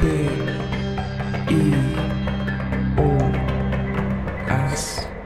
B-I-O-S.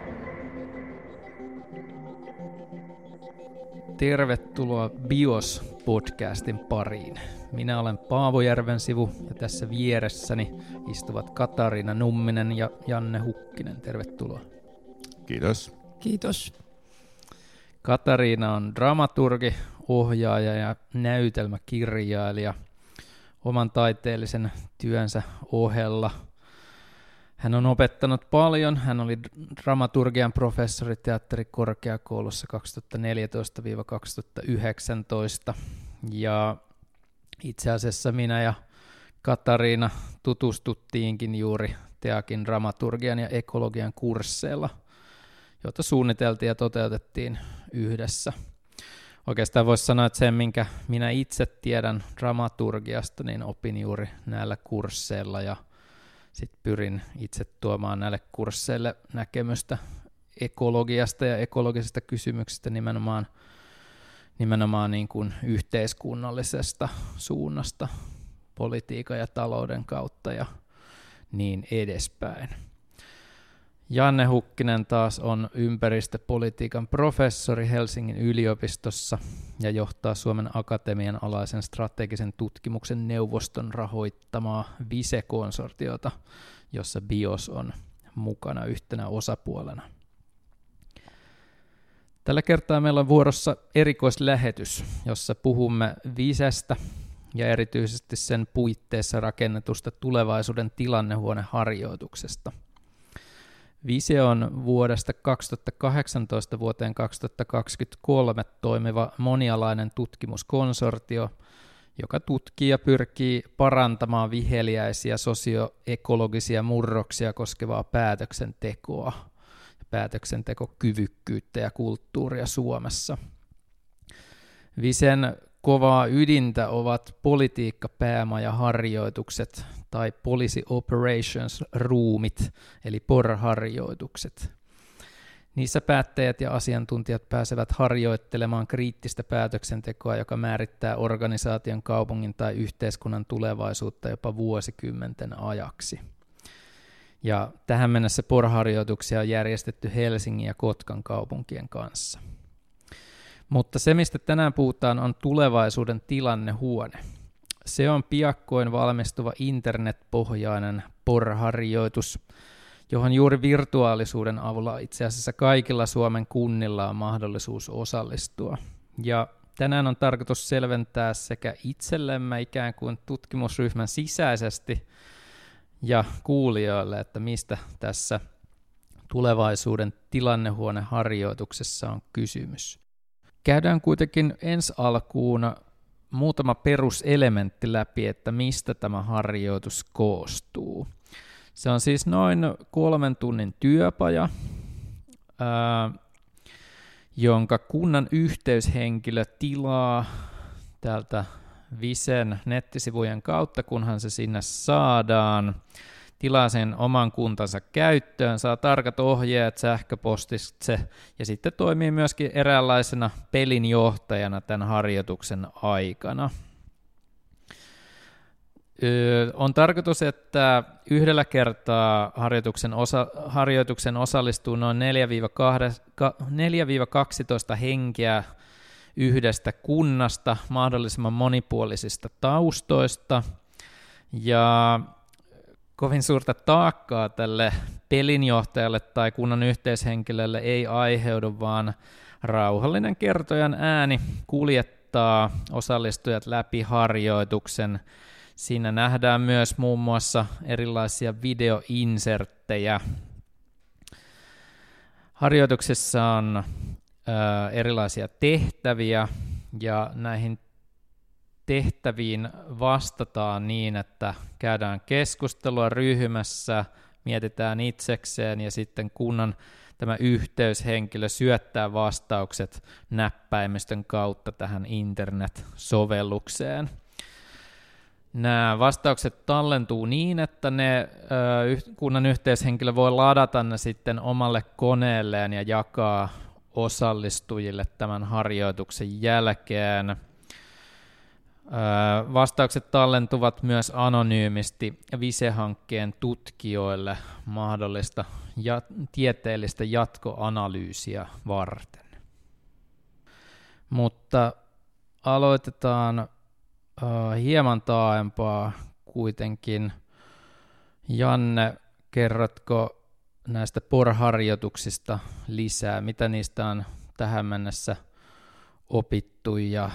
Tervetuloa BIOS-podcastin pariin. Minä olen Paavo Järvensivu ja tässä vieressäni istuvat Katariina Numminen ja Janne Hukkinen. Tervetuloa. Kiitos. Kiitos. Katariina on dramaturgi, ohjaaja ja näytelmäkirjailija oman taiteellisen työnsä ohella. Hän on opettanut paljon. Hän oli dramaturgian professori teatterikorkeakoulussa 2014-2019. Ja itse asiassa minä ja Katariina tutustuttiinkin juuri Teakin dramaturgian ja ekologian kursseilla, joita suunniteltiin ja toteutettiin yhdessä. Oikeastaan voisi sanoa, että sen, minkä minä itse tiedän dramaturgiasta, niin opin juuri näillä kursseilla ja sitten pyrin itse tuomaan näille kursseille näkemystä ekologiasta ja ekologisesta kysymyksistä nimenomaan niin kuin yhteiskunnallisesta suunnasta, politiikan ja talouden kautta ja niin edespäin. Janne Hukkinen taas on ympäristöpolitiikan professori Helsingin yliopistossa ja johtaa Suomen Akatemian alaisen strategisen tutkimuksen neuvoston rahoittamaa VISE-konsortiota, jossa BIOS on mukana yhtenä osapuolena. Tällä kertaa meillä on vuorossa erikoislähetys, jossa puhumme VISEstä ja erityisesti sen puitteissa rakennetusta tulevaisuuden tilannehuoneharjoituksesta. VISE on vuodesta 2018 vuoteen 2023 toimiva monialainen tutkimuskonsortio, joka tutkii ja pyrkii parantamaan viheliäisiä sosioekologisia murroksia koskevaa päätöksentekoa, päätöksentekokyvykkyyttä ja kulttuuria Suomessa. VISEn kovaa ydintä ovat politiikkapäämajaharjoitukset tai Policy Operations Roomit, eli POR-harjoitukset. Niissä päättäjät ja asiantuntijat pääsevät harjoittelemaan kriittistä päätöksentekoa, joka määrittää organisaation, kaupungin tai yhteiskunnan tulevaisuutta jopa vuosikymmenten ajaksi. Ja tähän mennessä POR-harjoituksia on järjestetty Helsingin ja Kotkan kaupunkien kanssa. Mutta se, mistä tänään puhutaan, on tulevaisuuden tilannehuone. Se on piakkoin valmistuva internetpohjainen POR-harjoitus, johon juuri virtuaalisuuden avulla itse asiassa kaikilla Suomen kunnilla on mahdollisuus osallistua. Ja tänään on tarkoitus selventää sekä itsellemme ikään kuin tutkimusryhmän sisäisesti ja kuulijoille, että mistä tässä tulevaisuuden tilannehuoneharjoituksessa on kysymys. Käydään kuitenkin ensi alkuun muutama peruselementti läpi, että mistä tämä harjoitus koostuu. Se on siis noin 3 tunnin työpaja, jonka kunnan yhteyshenkilö tilaa täältä VISEn nettisivujen kautta, kunhan se sinne saadaan. Tilaa sen oman kuntansa käyttöön, saa tarkat ohjeet sähköpostitse ja sitten toimii myöskin eräänlaisena pelinjohtajana tämän harjoituksen aikana. On tarkoitus, että yhdellä kertaa harjoituksen osallistuu noin 4-12 henkeä yhdestä kunnasta mahdollisimman monipuolisista taustoista ja kovin suurta taakkaa tälle pelinjohtajalle tai kunnan yhteishenkilölle ei aiheudu, vaan rauhallinen kertojan ääni kuljettaa osallistujat läpi harjoituksen. Siinä nähdään myös muun muassa erilaisia videoinserttejä. Harjoituksessa on erilaisia tehtäviä ja näihin tehtäviin vastataan niin, että käydään keskustelua ryhmässä, mietitään itsekseen ja sitten kunnan tämä yhteyshenkilö syöttää vastaukset näppäimistön kautta tähän internet-sovellukseen. Nämä vastaukset tallentuu niin, että kunnan yhteyshenkilö voi ladata ne sitten omalle koneelleen ja jakaa osallistujille tämän harjoituksen jälkeen. Vastaukset tallentuvat myös anonyymisti Vise-hankkeen tutkijoille mahdollista tieteellistä jatkoanalyysiä varten. Mutta aloitetaan hieman taaempaa kuitenkin. Janne, kerrotko näistä POR-harjoituksista lisää? Mitä niistä on tähän mennessä opittu ja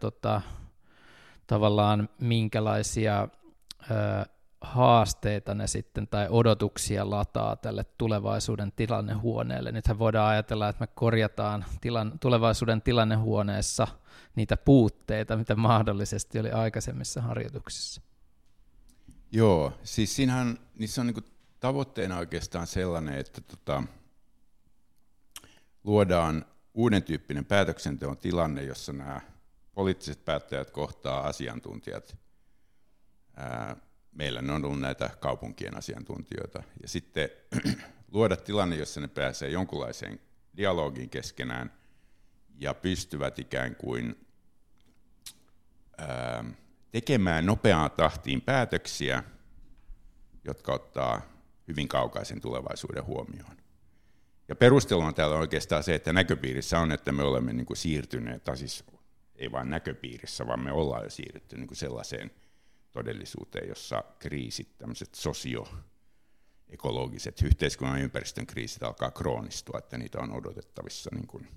tavallaan minkälaisia haasteita ne sitten tai odotuksia lataa tälle tulevaisuuden tilannehuoneelle? Nythän voidaan ajatella, että me korjataan tulevaisuuden tilannehuoneessa niitä puutteita, mitä mahdollisesti oli aikaisemmissa harjoituksissa. Joo, siis niissä on niinku tavoitteena oikeastaan sellainen, että luodaan uuden tyyppinen päätöksenteon tilanne, jossa nämä poliittiset päättäjät kohtaa asiantuntijat. Meillä on ollut näitä kaupunkien asiantuntijoita. Ja sitten luoda tilanne, jossa ne pääsee jonkunlaiseen dialogiin keskenään ja pystyvät ikään kuin tekemään nopeaan tahtiin päätöksiä, jotka ottaa hyvin kaukaisen tulevaisuuden huomioon. Ja perusteluna täällä on oikeastaan se, että näköpiirissä on, että me olemme niin kuin siirtyneet, tai siis ei vain näköpiirissä, vaan me ollaan jo siirrytty niin kuin sellaiseen todellisuuteen, jossa kriisit, tämmöiset sosioekologiset, yhteiskunnan ympäristön kriisit alkaa kroonistua, että niitä on odotettavissa niin kuin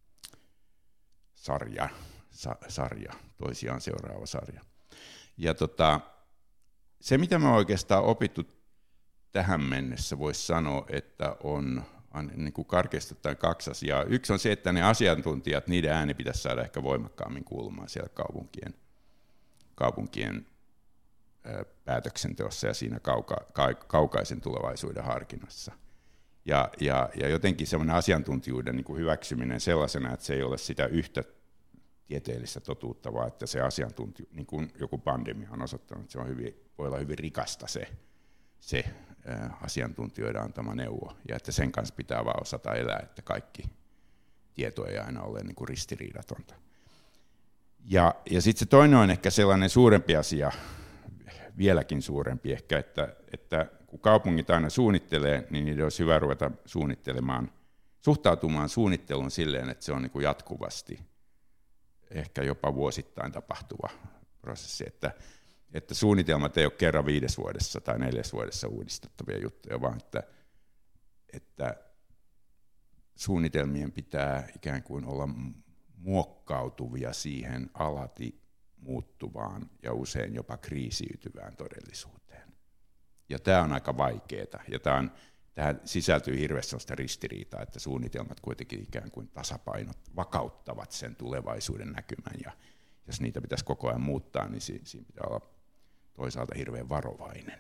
sarja, toisiaan seuraava sarja. Ja se, mitä me oikeastaan opittu tähän mennessä, voisi sanoa, että on niin kuin karkeasti ottaen 2 asiaa. Yksi on se, että ne asiantuntijat, niiden ääni pitäisi saada ehkä voimakkaammin kuulumaan siellä kaupunkien päätöksenteossa ja siinä kaukaisen tulevaisuuden harkinnassa. Ja jotenkin semmoinen asiantuntijuuden niin kuin hyväksyminen sellaisena, että se ei ole sitä yhtä tieteellistä totuutta, vaan että se asiantuntija, niin kuin joku pandemia on osoittanut, että voi olla hyvin rikasta se asiantuntijoiden antama neuvo, ja että sen kanssa pitää vaan osata elää, että kaikki tieto ei aina ole niin kuin ristiriidatonta. Ja sitten se toinen on ehkä sellainen suurempi asia, vieläkin suurempi ehkä, että kun kaupungit aina suunnittelee, niin niiden olisi hyvä ruveta suhtautumaan suunnitteluun silleen, että se on niin kuin jatkuvasti, ehkä jopa vuosittain tapahtuva prosessi, että suunnitelmat ei ole kerran 5 vuodessa tai 4 vuodessa uudistettavia juttuja, vaan että suunnitelmien pitää ikään kuin olla muokkautuvia siihen alati muuttuvaan ja usein jopa kriisiytyvään todellisuuteen. Ja tämä on aika vaikeaa, ja tähän sisältyy hirveästi sellaista ristiriitaa, että suunnitelmat kuitenkin ikään kuin vakauttavat sen tulevaisuuden näkymän, ja jos niitä pitäisi koko ajan muuttaa, niin siinä pitää olla toisaalta hirveän varovainen.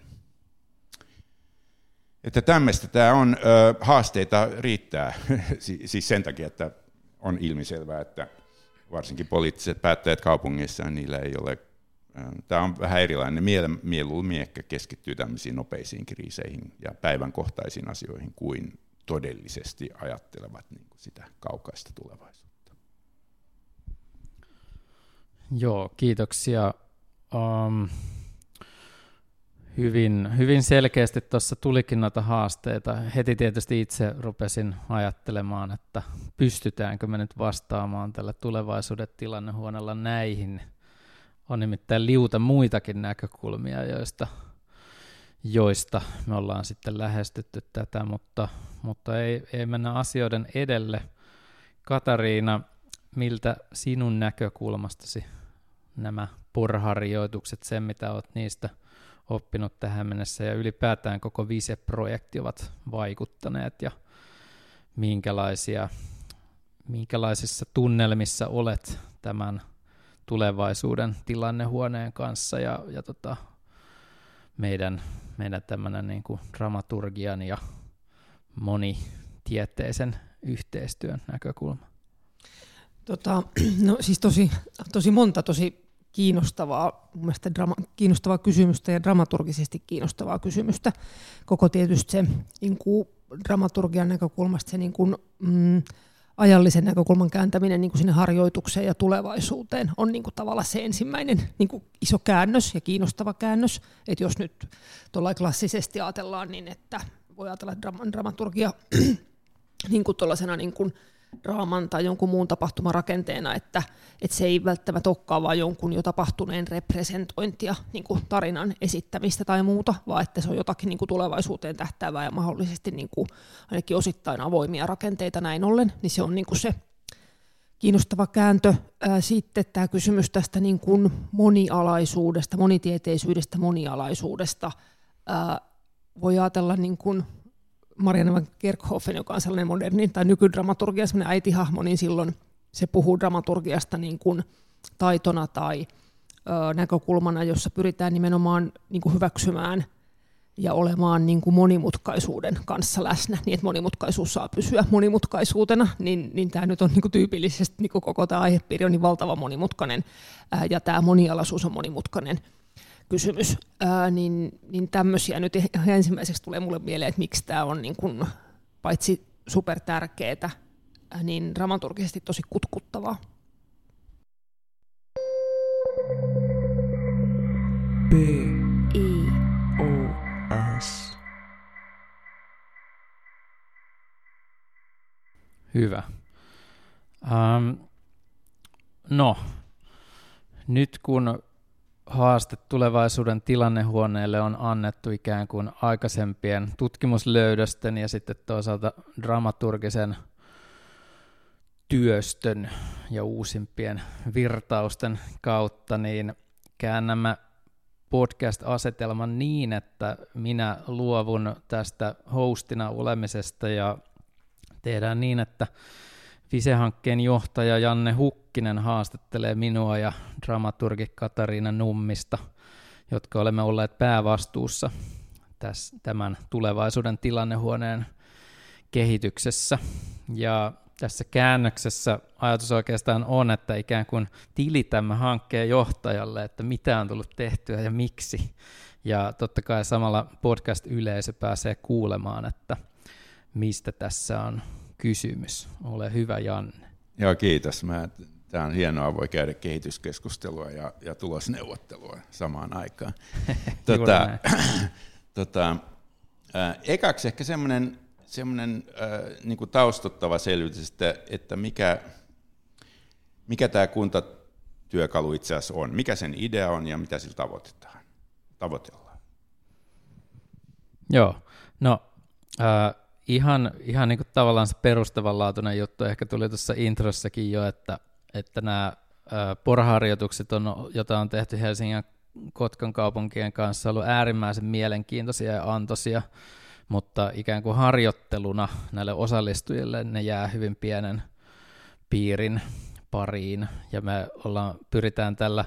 Että tämmöistä tämä on, haasteita riittää, siis sen takia, että on ilmiselvää, että varsinkin poliittiset päättäjät kaupungeissa, niillä ei ole, tämä on vähän erilainen, mieluummin ehkä keskittyy tämmöisiin nopeisiin kriiseihin ja päivänkohtaisiin asioihin kuin todellisesti ajattelevat niin kuin sitä kaukaista tulevaisuutta. Joo, kiitoksia. Hyvin selkeästi tuossa tulikin noita haasteita. Heti tietysti itse rupesin ajattelemaan, että pystytäänkö me nyt vastaamaan tällä tulevaisuuden tilannehuoneella näihin. On nimittäin liuta muitakin näkökulmia, joista me ollaan sitten lähestytty tätä, mutta ei mennä asioiden edelle. Katariina, miltä sinun näkökulmastasi nämä POR-harjoitukset, sen mitä olet niistä oppinut tähän mennessä ja ylipäätään koko Vise-projekti ovat vaikuttaneet ja minkälaisissa tunnelmissa olet tämän tulevaisuuden tilannehuoneen kanssa ja meidän tämmöinen niin kuin dramaturgian ja monitieteisen yhteistyön näkökulma? No siis tosi monta tosi kiinnostavaa, mun mielestä kiinnostavaa kysymystä ja dramaturgisesti kiinnostavaa kysymystä. Koko tietysti se niin kuin dramaturgian näkökulmasta se niin kuin, ajallisen näkökulman kääntäminen niin kuin sinne harjoitukseen ja tulevaisuuteen on niin kuin tavallaan se ensimmäinen niin kuin iso käännös ja kiinnostava käännös. Että jos nyt tuolla klassisesti ajatellaan, niin että voi ajatella dramaturgia niin kuin tuollaisena niin kuin draaman tai jonkun muun tapahtuman rakenteena, että se ei välttämättä olekaan vaan jonkun jo tapahtuneen representointia, niin kuin tarinan esittämistä tai muuta, vaan että se on jotakin niin kuin tulevaisuuteen tähtäävää ja mahdollisesti niin kuin ainakin osittain avoimia rakenteita näin ollen, niin se on niin kuin se kiinnostava kääntö. Sitten tämä kysymys tästä niin kuin monialaisuudesta, monitieteisyydestä, monialaisuudesta. Voi ajatella niin kuin Marianne van Kerkhoven, joka on sellainen moderni tai nykydramaturgia, sellainen äitihahmo, niin silloin se puhuu dramaturgiasta niin kuin taitona tai näkökulmana, jossa pyritään nimenomaan niin kuin hyväksymään ja olemaan niin kuin monimutkaisuuden kanssa läsnä, niin että monimutkaisuus saa pysyä monimutkaisuutena, niin tämä nyt on niin kuin tyypillisesti niin kuin koko tämä aihepiiri on niin valtavan monimutkainen ja tämä monialaisuus on monimutkainen kysymys, niin tämmöisiä nyt ensimmäiseksi tulee mulle mieleen, että miksi tämä on niin kuin, paitsi supertärkeää, niin dramaturgisesti tosi kutkuttavaa. BIOS. Hyvä. No, nyt kun haaste tulevaisuuden tilannehuoneelle on annettu ikään kuin aikaisempien tutkimuslöydösten ja sitten toisaalta dramaturgisen työstön ja uusimpien virtausten kautta, niin käännämme podcast-asetelman niin, että minä luovun tästä hostina olemisesta ja tehdään niin, että Vise-hankkeen johtaja Janne Hukkinen haastattelee minua ja dramaturgi Katariina Nummista, jotka olemme olleet päävastuussa tämän tulevaisuuden tilannehuoneen kehityksessä. Ja tässä käännöksessä ajatus oikeastaan on, että ikään kuin tilitämme hankkeen johtajalle, että mitä on tullut tehtyä ja miksi. Ja totta kai samalla podcast-yleisö pääsee kuulemaan, että mistä tässä on kysymys. Ole hyvä, Janne. Joo, kiitos. Tämä on hienoa, voi käydä kehityskeskustelua ja tulosneuvottelua samaan aikaan. Ekaksi ehkä semmoinen niin kuin taustottava selvitys, että mikä tämä kuntatyökalu itse asiassa on, mikä sen idea on ja mitä sillä tavoitellaan. Joo, no ihan niin kuin tavallaan se perustavanlaatuinen juttu ehkä tuli tuossa introssakin jo, että nämä porharjoitukset, joita on tehty Helsingin ja Kotkan kaupunkien kanssa, on ollut äärimmäisen mielenkiintoisia ja antoisia, mutta ikään kuin harjoitteluna näille osallistujille ne jää hyvin pienen piirin pariin, ja me pyritään tällä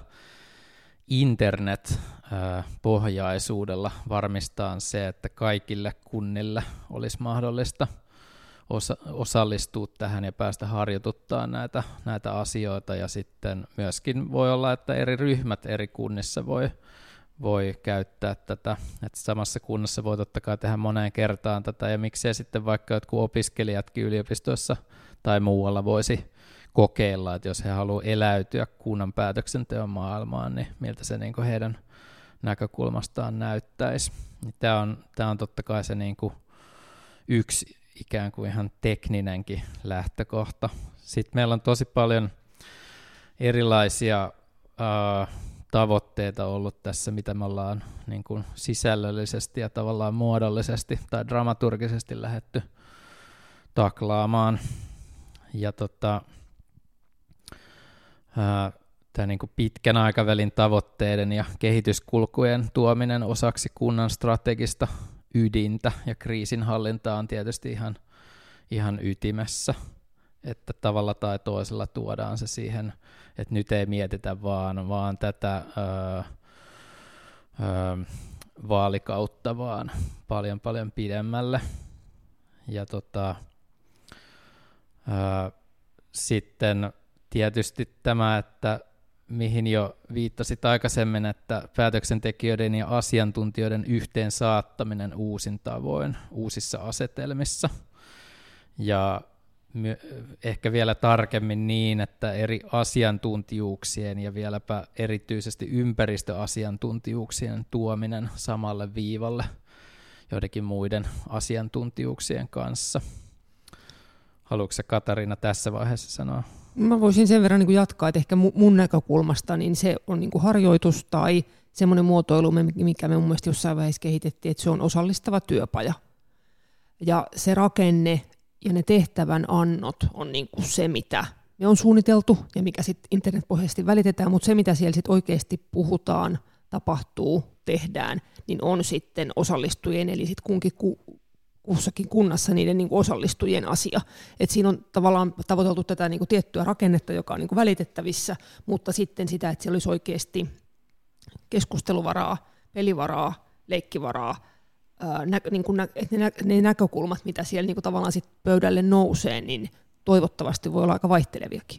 internet-pohjaisuudella varmistaa se, että kaikille kunnille olisi mahdollista osallistua tähän ja päästä harjoituttaa näitä asioita, ja sitten myöskin voi olla, että eri ryhmät eri kunnissa voi käyttää tätä, että samassa kunnassa voi totta kai tehdä moneen kertaan tätä, ja miksei sitten vaikka jotkut opiskelijatkin yliopistoissa tai muualla voisi kokeilla, että jos he haluavat eläytyä kunnan päätöksenteon maailmaan, niin miltä se niin kuin heidän näkökulmastaan näyttäisi. Tämä on totta kai se niin kuin yksi ikään kuin ihan tekninenkin lähtökohta. Sitten meillä on tosi paljon erilaisia tavoitteita ollut tässä, mitä me ollaan niin kuin sisällöllisesti ja tavallaan muodollisesti tai dramaturgisesti lähdetty taklaamaan. Ja tämä niin kuin pitkän aikavälin tavoitteiden ja kehityskulkujen tuominen osaksi kunnan strategista ydintä ja kriisinhallintaa on tietysti ihan ytimessä, että tavalla tai toisella tuodaan se siihen, että nyt ei mietitä vaan tätä vaalikautta, vaan paljon pidemmälle. Ja sitten tietysti tämä, että mihin jo viittasit aikaisemmin, että päätöksentekijöiden ja asiantuntijoiden yhteen saattaminen uusin tavoin, uusissa asetelmissa. Ja ehkä vielä tarkemmin niin, että eri asiantuntijuuksien ja vieläpä erityisesti ympäristöasiantuntijuuksien tuominen samalle viivalle joidenkin muiden asiantuntijuuksien kanssa. Haluatko sä, Katariina, tässä vaiheessa sanoa? Mä voisin sen verran niin kuin jatkaa, että ehkä mun näkökulmasta niin se on niin kuin harjoitus tai semmoinen muotoilu, mikä me mun mielestä jossain vaiheessa kehitettiin, että se on osallistava työpaja. Ja se rakenne ja ne tehtävän annot on niin kuin se, mitä me on suunniteltu ja mikä sitten internetpohjaisesti välitetään, mutta se, mitä siellä sitten oikeasti puhutaan, tapahtuu, tehdään, niin on sitten osallistujien, eli sitten kussakin kunnassa niiden niin kuin osallistujien asia. Et siinä on tavallaan tavoiteltu tätä niin kuin tiettyä rakennetta, joka on niin kuin välitettävissä, mutta sitten sitä, että siellä olisi oikeasti keskusteluvaraa, pelivaraa, leikkivaraa, ne näkökulmat, mitä siellä niin kuin tavallaan sit pöydälle nousee, niin toivottavasti voi olla aika vaihteleviakin.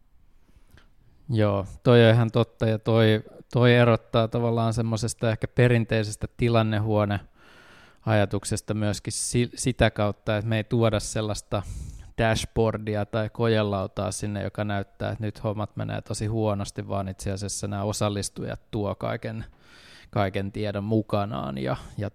Joo, toi on ihan totta, ja toi erottaa tavallaan semmoisesta ehkä perinteisestä tilannehuone-ajatuksesta myöskin sitä kautta, että me ei tuoda sellaista dashboardia tai kojelautaa sinne, joka näyttää, että nyt hommat menee tosi huonosti, vaan itse asiassa nämä osallistujat tuo kaiken tiedon mukanaan, ja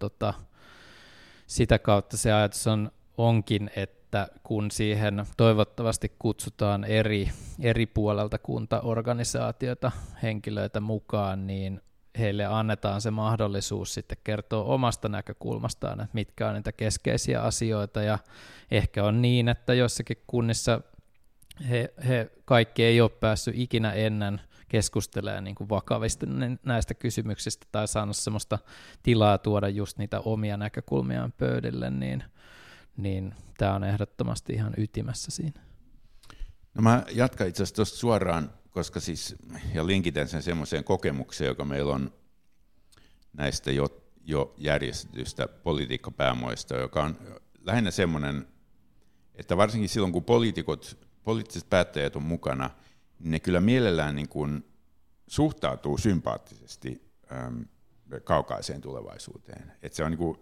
sitä kautta se ajatus onkin, että kun siihen toivottavasti kutsutaan eri puolelta kuntaorganisaatiota henkilöitä mukaan, niin heille annetaan se mahdollisuus sitten kertoa omasta näkökulmastaan, että mitkä on niitä keskeisiä asioita, ja ehkä on niin, että jossakin kunnissa he kaikki ei ole päässyt ikinä ennen keskustelemaan niin kuin vakavasti näistä kysymyksistä tai saanut sellaista tilaa tuoda just niitä omia näkökulmiaan pöydille, niin tämä on ehdottomasti ihan ytimessä siinä. No mä jatkan itse asiassa tuosta suoraan, koska siis, ja linkitän sen semmoiseen kokemukseen, joka meillä on näistä jo järjestetystä politiikkapäämoista, joka on lähinnä semmoinen, että varsinkin silloin kun poliittiset päättäjät on mukana, niin ne kyllä mielellään niin kuin suhtautuu sympaattisesti kaukaiseen tulevaisuuteen. Että se on, niin kuin,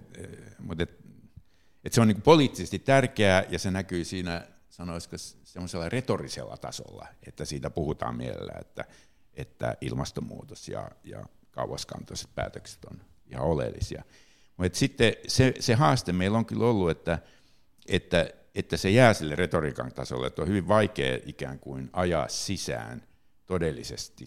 se on niin kuin poliittisesti tärkeää, ja se näkyy siinä, sanoisiko semmoisella retorisella tasolla, että siitä puhutaan mielellään, että ilmastonmuutos ja kauaskantoiset päätökset on ihan oleellisia. Mutta sitten se haaste meillä on kyllä ollut, että se jää sille retoriikan tasolle, että on hyvin vaikea ikään kuin ajaa sisään todellisesti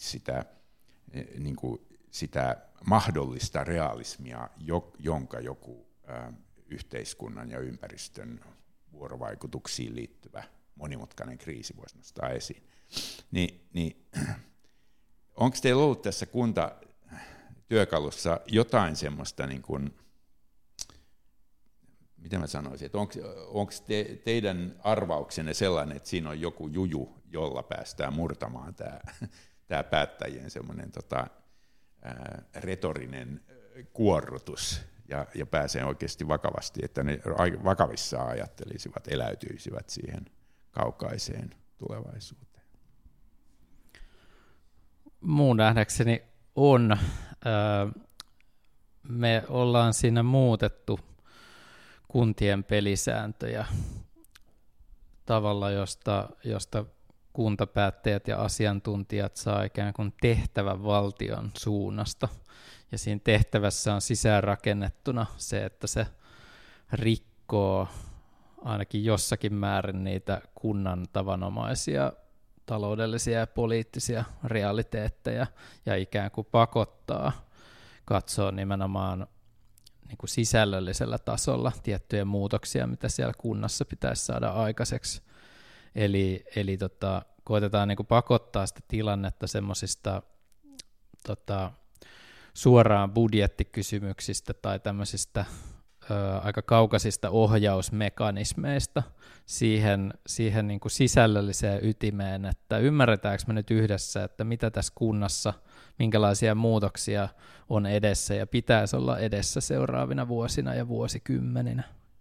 sitä mahdollista realismia, jonka joku yhteiskunnan ja ympäristön vuorovaikutuksiin liittyvä monimutkainen kriisi voisi nostaa esiin. Niin, onko teillä ollut tässä kuntatyökalussa jotain semmoista, niin kuin, miten mä sanoisin, että onko teidän arvauksenne sellainen, että siinä on joku juju, jolla päästään murtamaan tämä päättäjien semmoinen retorinen kuorrutus ja pääsee oikeasti vakavasti, että ne vakavissaan ajattelisivat, eläytyisivät siihen kaukaiseen tulevaisuuteen? Mun nähdäkseni on. Me ollaan siinä muutettu kuntien pelisääntöjä tavalla, josta kuntapäättäjät ja asiantuntijat saa ikään kuin tehtävän valtion suunnasta. Ja siinä tehtävässä on sisäänrakennettuna se, että se rikkoo ainakin jossakin määrin niitä kunnan tavanomaisia taloudellisia ja poliittisia realiteetteja ja ikään kuin pakottaa katsoa nimenomaan niin kuin sisällöllisellä tasolla tiettyjä muutoksia, mitä siellä kunnassa pitäisi saada aikaiseksi. Eli koetetaan niin kuin pakottaa sitä tilannetta semmoisista suoraan budjettikysymyksistä tai tämmöisistä aika kaukaisista ohjausmekanismeista siihen niin kuin sisällölliseen ytimeen, että ymmärretäänkö me nyt yhdessä, että mitä tässä kunnassa, minkälaisia muutoksia on edessä ja pitäisi olla edessä seuraavina vuosina ja vuosikymmeninä.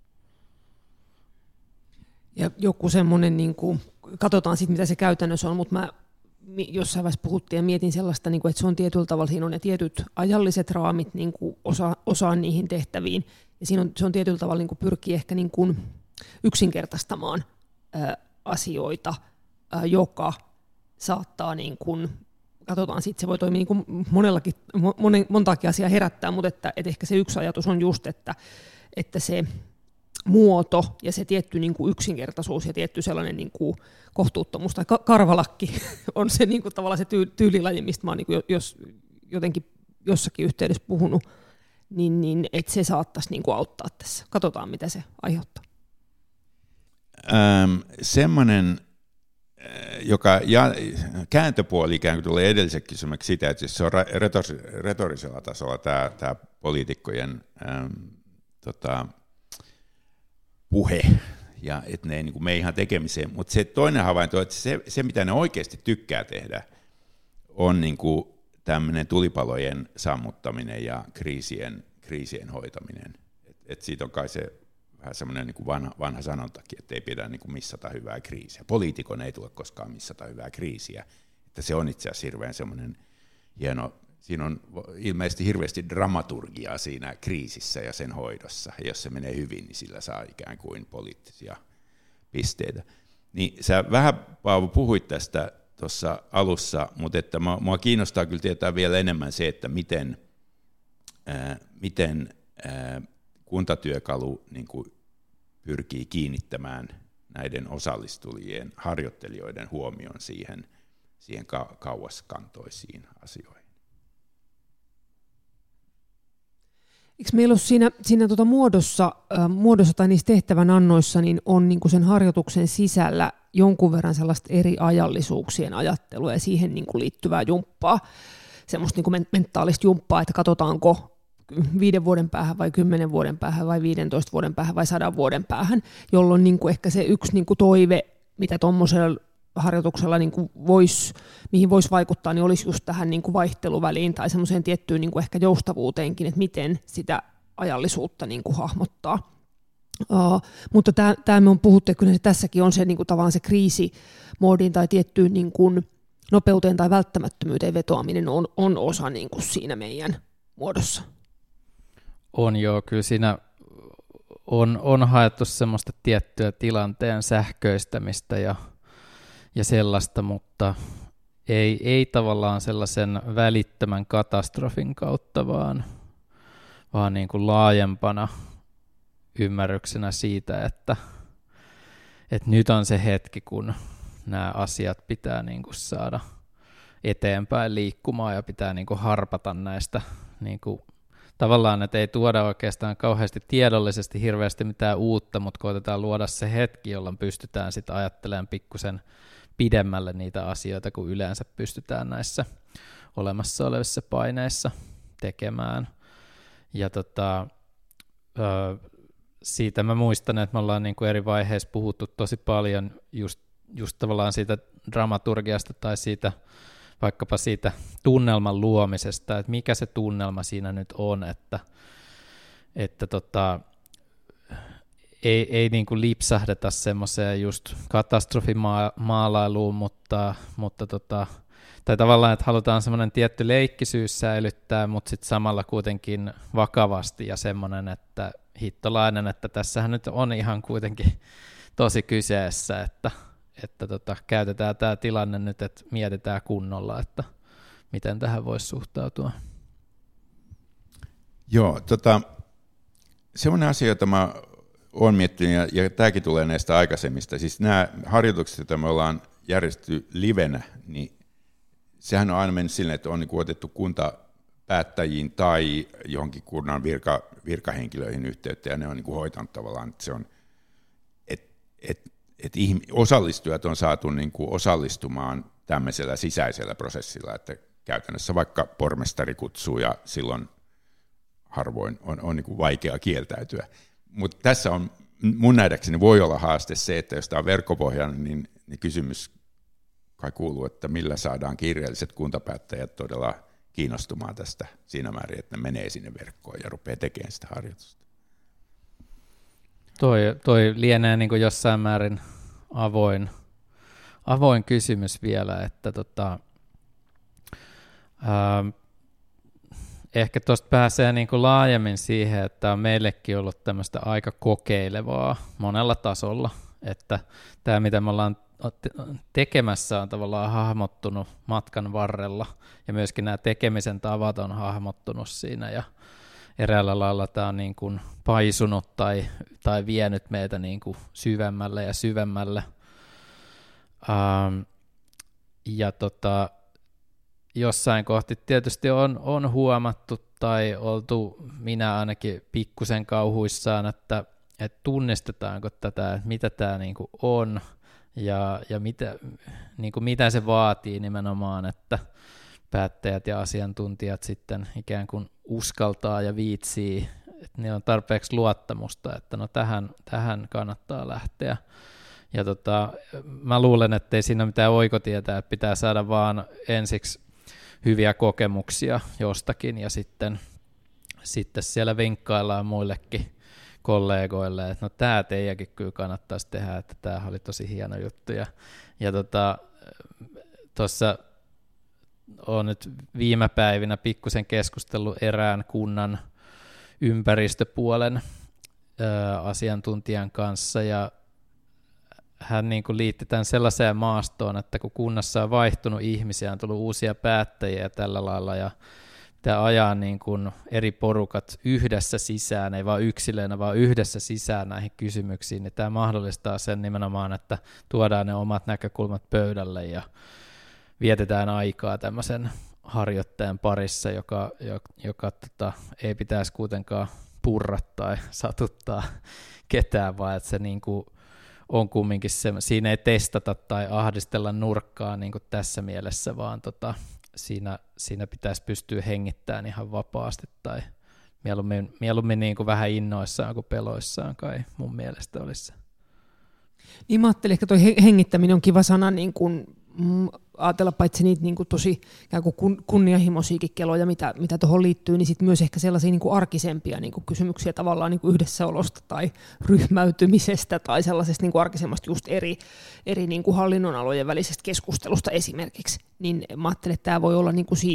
Ja joku semmoinen, niin kuin, katsotaan sitten mitä se käytännössä on, mutta mä jossain vaiheessa puhuttiin ja mietin sellaista, niin kuin, että se on tietyllä tavalla, siinä on ne tietyt ajalliset raamit niin kuin osaan niihin tehtäviin, ja se on tietyllä tavalla niin kuin pyrkii ehkä niin kuin yksinkertaistamaan asioita, joka saattaa niin kuin, katsotaan sitten, se voi toimia niin kuin montaakin asiaa herättää, mutta että ehkä se yksi ajatus on just, että se muoto ja se tietty niin kuin yksinkertaisuus ja tietty sellainen niin kuin kohtuuttomuus tai karvalakki on se niin kuin tavallaan se tyylilaji, mistä mä oon niin kuin jotenkin jossakin yhteydessä puhunut, niin että se saattaisi niin kuin auttaa tässä. Katsotaan, mitä se aiheuttaa. Semmoinen, joka kääntöpuoli ikään kuin tulee edellisen kysymyksi sitä, että se on retorisella tasolla tämä poliitikkojen puhe, ja että ne ei niin mene ihan tekemiseen, mutta se toinen havainto on, että se mitä ne oikeasti tykkää tehdä, on niin kuin tämmöinen tulipalojen sammuttaminen ja kriisien hoitaminen. Et siitä on kai se vähän semmoinen niin kuin vanha sanontakin, että ei pidä niin kuin missata hyvää kriisiä. Poliitikon ei tule koskaan missata hyvää kriisiä. Että se on itse asiassa hirveän semmoinen hieno, siinä on ilmeisesti hirveästi dramaturgiaa siinä kriisissä ja sen hoidossa. Ja jos se menee hyvin, niin sillä saa ikään kuin poliittisia pisteitä. Niin sä vähän, Paavo, puhuit tästä tuossa alussa, mutta että mua kiinnostaa kyllä tietää vielä enemmän se, että miten kuntatyökalu niin kuin pyrkii kiinnittämään näiden osallistujien, harjoittelijoiden huomion siihen kauaskantoisiin asioihin. Eikö meillä ole siinä muodossa tai niissä tehtävänannoissa niin on niin kuin sen harjoituksen sisällä jonkun verran sellaista eri ajallisuuksien ajattelua ja siihen niin kuin liittyvää jumppaa, semmoista niin kuin mentaalista jumppaa, että katsotaanko 5 vuoden päähän vai 10 vuoden päähän vai 15 vuoden päähän vai 100 vuoden päähän, jolloin niin kuin ehkä se yksi niin kuin toive, mitä tuommoisella harjoituksella niin kuin mihin voisi vaikuttaa, niin olisi just tähän niin kuin vaihteluväliin tai semmoiseen tiettyyn niin kuin ehkä joustavuuteenkin, että miten sitä ajallisuutta niin kuin hahmottaa. Mutta tämä me on puhuttu, että kyllä se tässäkin on se niin kuin tavallaan se kriisimoodin tai tiettyyn niin kuin nopeuteen tai välttämättömyyteen vetoaminen on osa niin kuin siinä meidän muodossa. On joo, kyllä siinä on haettu semmoista tiettyä tilanteen sähköistämistä ja sellaista, mutta ei tavallaan sellaisen välittömän katastrofin kautta, vaan niin kuin laajempana ymmärryksenä siitä, että nyt on se hetki, kun nämä asiat pitää niin kuin saada eteenpäin liikkumaan ja pitää niin kuin harpata näistä niin kuin tavallaan, että ei tuoda oikeastaan kauheasti tiedollisesti hirveästi mitään uutta, mutta koitetaan luoda se hetki, jolloin pystytään sitten ajattelemaan pikkusen pidemmälle niitä asioita, kun yleensä pystytään näissä olemassa olevissa paineissa tekemään. Ja siitä mä muistan, että me ollaan niin kuin eri vaiheissa puhuttu tosi paljon just tavallaan siitä dramaturgiasta tai siitä vaikkapa siitä tunnelman luomisesta, että mikä se tunnelma siinä nyt on, että ei niin kuin lipsahdeta semmoiseen just katastrofimaalailuun, mutta tai tavallaan, että halutaan semmoinen tietty leikkisyys säilyttää, mutta sitten samalla kuitenkin vakavasti ja semmoinen, että hittolainen, että tässähän nyt on ihan kuitenkin tosi kyseessä, että käytetään tämä tilanne nyt, että mietitään kunnolla, että miten tähän voisi suhtautua. Joo, semmoinen asia, jota mä olen miettinyt, ja tämäkin tulee näistä aikaisemmista, siis nämä harjoitukset, joita me ollaan järjestetty livenä, niin sehän on aina mennyt silleen, että on niin otettu kuntapäättäjiin tai johonkin kunnan virkahenkilöihin yhteyttä, ja ne on niin hoitanut tavallaan, että se on, että osallistujat on saatu niin kuin osallistumaan tämmöisellä sisäisellä prosessilla, että käytännössä vaikka pormestari kutsuu ja silloin harvoin on niin kuin vaikea kieltäytyä. Mutta tässä on mun nähdäkseni voi olla haaste se, että jos tämä on verkkopohjainen, niin kysymys kai kuuluu, että millä saadaan kirjalliset kuntapäättäjät todella kiinnostumaan tästä siinä määrin, että ne menee sinne verkkoon ja rupeaa tekemään sitä harjoitusta. Toi lienee niin kuin jossain määrin avoin kysymys vielä, että ehkä tuosta pääsee niin kuin laajemmin siihen, että on meillekin ollut tämmöistä aika kokeilevaa monella tasolla, että tämä mitä me ollaan tekemässä on tavallaan hahmottunut matkan varrella ja myöskin nämä tekemisen tavat on hahmottunut siinä ja eräällä lailla tämä on niin kuin paisunut tai vienyt meitä niin kuin syvemmälle ja syvemmälle. Ja jossain kohti tietysti on huomattu tai oltu minä ainakin pikkusen kauhuissaan, että tunnistetaanko tätä, että mitä tämä niin kuin on ja mitä se vaatii nimenomaan, että päättäjät ja asiantuntijat sitten ikään kuin uskaltaa ja viitsii, että niillä on tarpeeksi luottamusta, että no tähän kannattaa lähteä. Ja mä luulen, että ei siinä ole mitään oikotietä, että pitää saada vaan ensiksi hyviä kokemuksia jostakin ja sitten siellä vinkkaillaan muillekin kollegoille, että no tämä teidänkin kyllä kannattaisi tehdä, että tämä oli tosi hieno juttu. Ja tuossa olen nyt viime päivinä pikkusen keskustellut erään kunnan ympäristöpuolen asiantuntijan kanssa ja hän niin kuin liitti tämän sellaiseen maastoon, että kun kunnassa on vaihtunut ihmisiä, on tullut uusia päättäjiä tällä lailla ja pitää ajaa niin kuin eri porukat yhdessä sisään, ei vaan yksilöinä, vaan yhdessä sisään näihin kysymyksiin, niin tämä mahdollistaa sen nimenomaan, että tuodaan ne omat näkökulmat pöydälle ja vietetään aikaa tämmöisen harjoittajan parissa, joka ei pitäisi kuitenkaan purra tai satuttaa ketään, vaan että se niin kuin on kumminkin se, siinä ei testata tai ahdistella nurkkaa niin kuin tässä mielessä, vaan siinä pitäisi pystyä hengittämään ihan vapaasti tai mieluummin niin kuin vähän innoissaan kuin peloissaan kai mun mielestä olisi. Niin mä ajattelin, että tuo hengittäminen on kiva sana niin kuin ajatella paitsi niitä niin kuin tosi kunnianhimoisiakin keloja, mitä tuohon liittyy, niin sitten myös ehkä sellaisia niin kuin arkisempia niin kuin kysymyksiä tavallaan niin kuin yhdessäolosta tai ryhmäytymisestä tai sellaisesta niin kuin arkisemmasta just eri niin kuin hallinnonalojen välisestä keskustelusta esimerkiksi. Niin mä ajattelen, että tämä voi olla niin kuin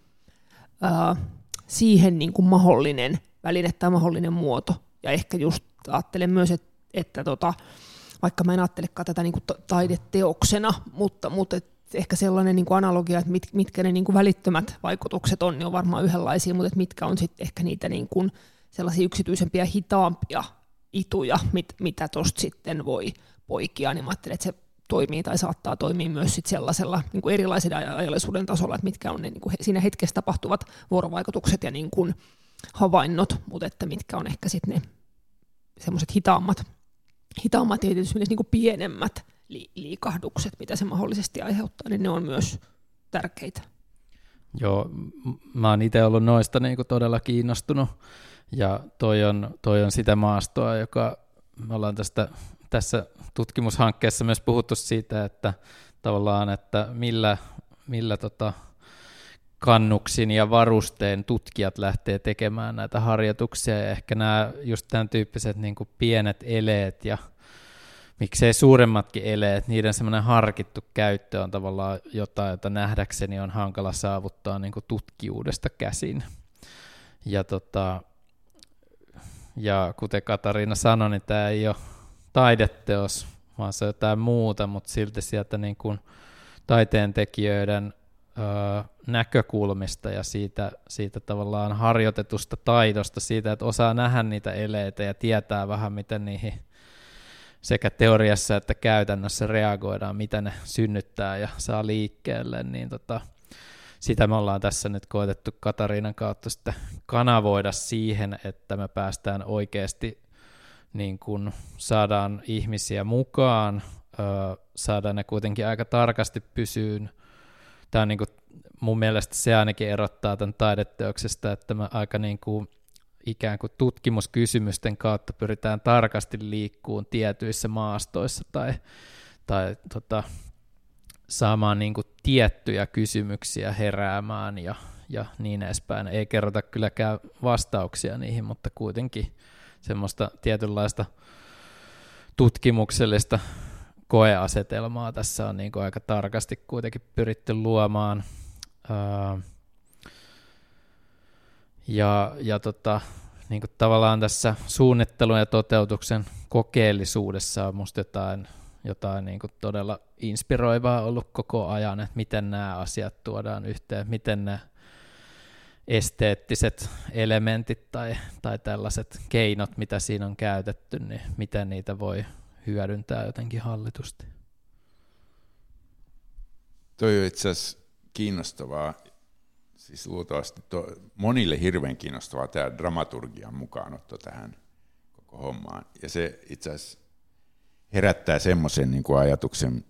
siihen niin kuin mahdollinen väline tai mahdollinen muoto. Ja ehkä just ajattelen myös, että vaikka mä en ajattelekaan tätä niin kuin taideteoksena, mutta ehkä sellainen niin kuin analogia, että mitkä ne niin kuin välittömät vaikutukset on, niin on varmaan yhdenlaisia, mutta mitkä on sitten ehkä niitä niin kuin sellaisia yksityisempiä, hitaampia ituja, mitä tuosta sitten voi poikia, niin mä ajattelen, että se toimii tai saattaa toimia myös sit sellaisella niin kuin erilaisen ajallisuuden tasolla, että mitkä on ne niin kuin siinä hetkessä tapahtuvat vuorovaikutukset ja niin kuin havainnot, mutta että mitkä on ehkä sitten ne semmoiset hitaammat ja tietysti niin kuin pienemmät liikahdukset, mitä se mahdollisesti aiheuttaa, niin ne on myös tärkeitä. Joo, mä oon itse ollut noista niin kuin todella kiinnostunut, ja toi on sitä maastoa, joka me ollaan tässä tutkimushankkeessa myös puhuttu siitä, että tavallaan, että millä kannuksin ja varustein tutkijat lähtee tekemään näitä harjoituksia, ja ehkä nämä just tämän tyyppiset niin kuin pienet eleet ja miksei suuremmatkin eleet, niiden semmoinen harkittu käyttö on tavallaan jotain, jota nähdäkseni on hankala saavuttaa niin kuin tutkijuudesta käsin. Ja kuten Katariina sanoi, niin tämä ei ole taideteos, vaan se on jotain muuta, mutta silti sieltä niin kuin taiteentekijöiden näkökulmista ja siitä tavallaan harjoitetusta taidosta, siitä, että osaa nähdä niitä eleitä ja tietää vähän, miten niihin sekä teoriassa että käytännössä reagoidaan, mitä ne synnyttää ja saa liikkeelle, niin sitä me ollaan tässä nyt koetettu Katariinan kautta sitten kanavoida siihen, että me päästään oikeasti, niin kun saadaan ihmisiä mukaan, saadaan ne kuitenkin aika tarkasti pysyyn. Tämä on niin kuin, mun mielestä se ainakin erottaa tämän taideteoksesta, että me aika niin kuin ikään kuin tutkimuskysymysten kautta pyritään tarkasti liikkuun tietyissä maastoissa tai saamaan niin kuin tiettyjä kysymyksiä heräämään ja niin edespäin. Ei kerrota kylläkään vastauksia niihin, mutta kuitenkin semmoista tietynlaista tutkimuksellista koeasetelmaa tässä on niin kuin aika tarkasti kuitenkin pyritty luomaan. niin kuin tavallaan tässä suunnittelun ja toteutuksen kokeellisuudessa on musta jotain niin kuin todella inspiroivaa ollut koko ajan, että miten nämä asiat tuodaan yhteen, miten ne esteettiset elementit tai tällaiset keinot, mitä siinä on käytetty, niin miten niitä voi hyödyntää jotenkin hallitusti. Toi on itse asiassa kiinnostavaa, siis luultavasti monille hirveän kiinnostavaa tämä dramaturgian mukaanotto tähän koko hommaan. Ja se itse asiassa herättää semmoisen niin kuin ajatuksen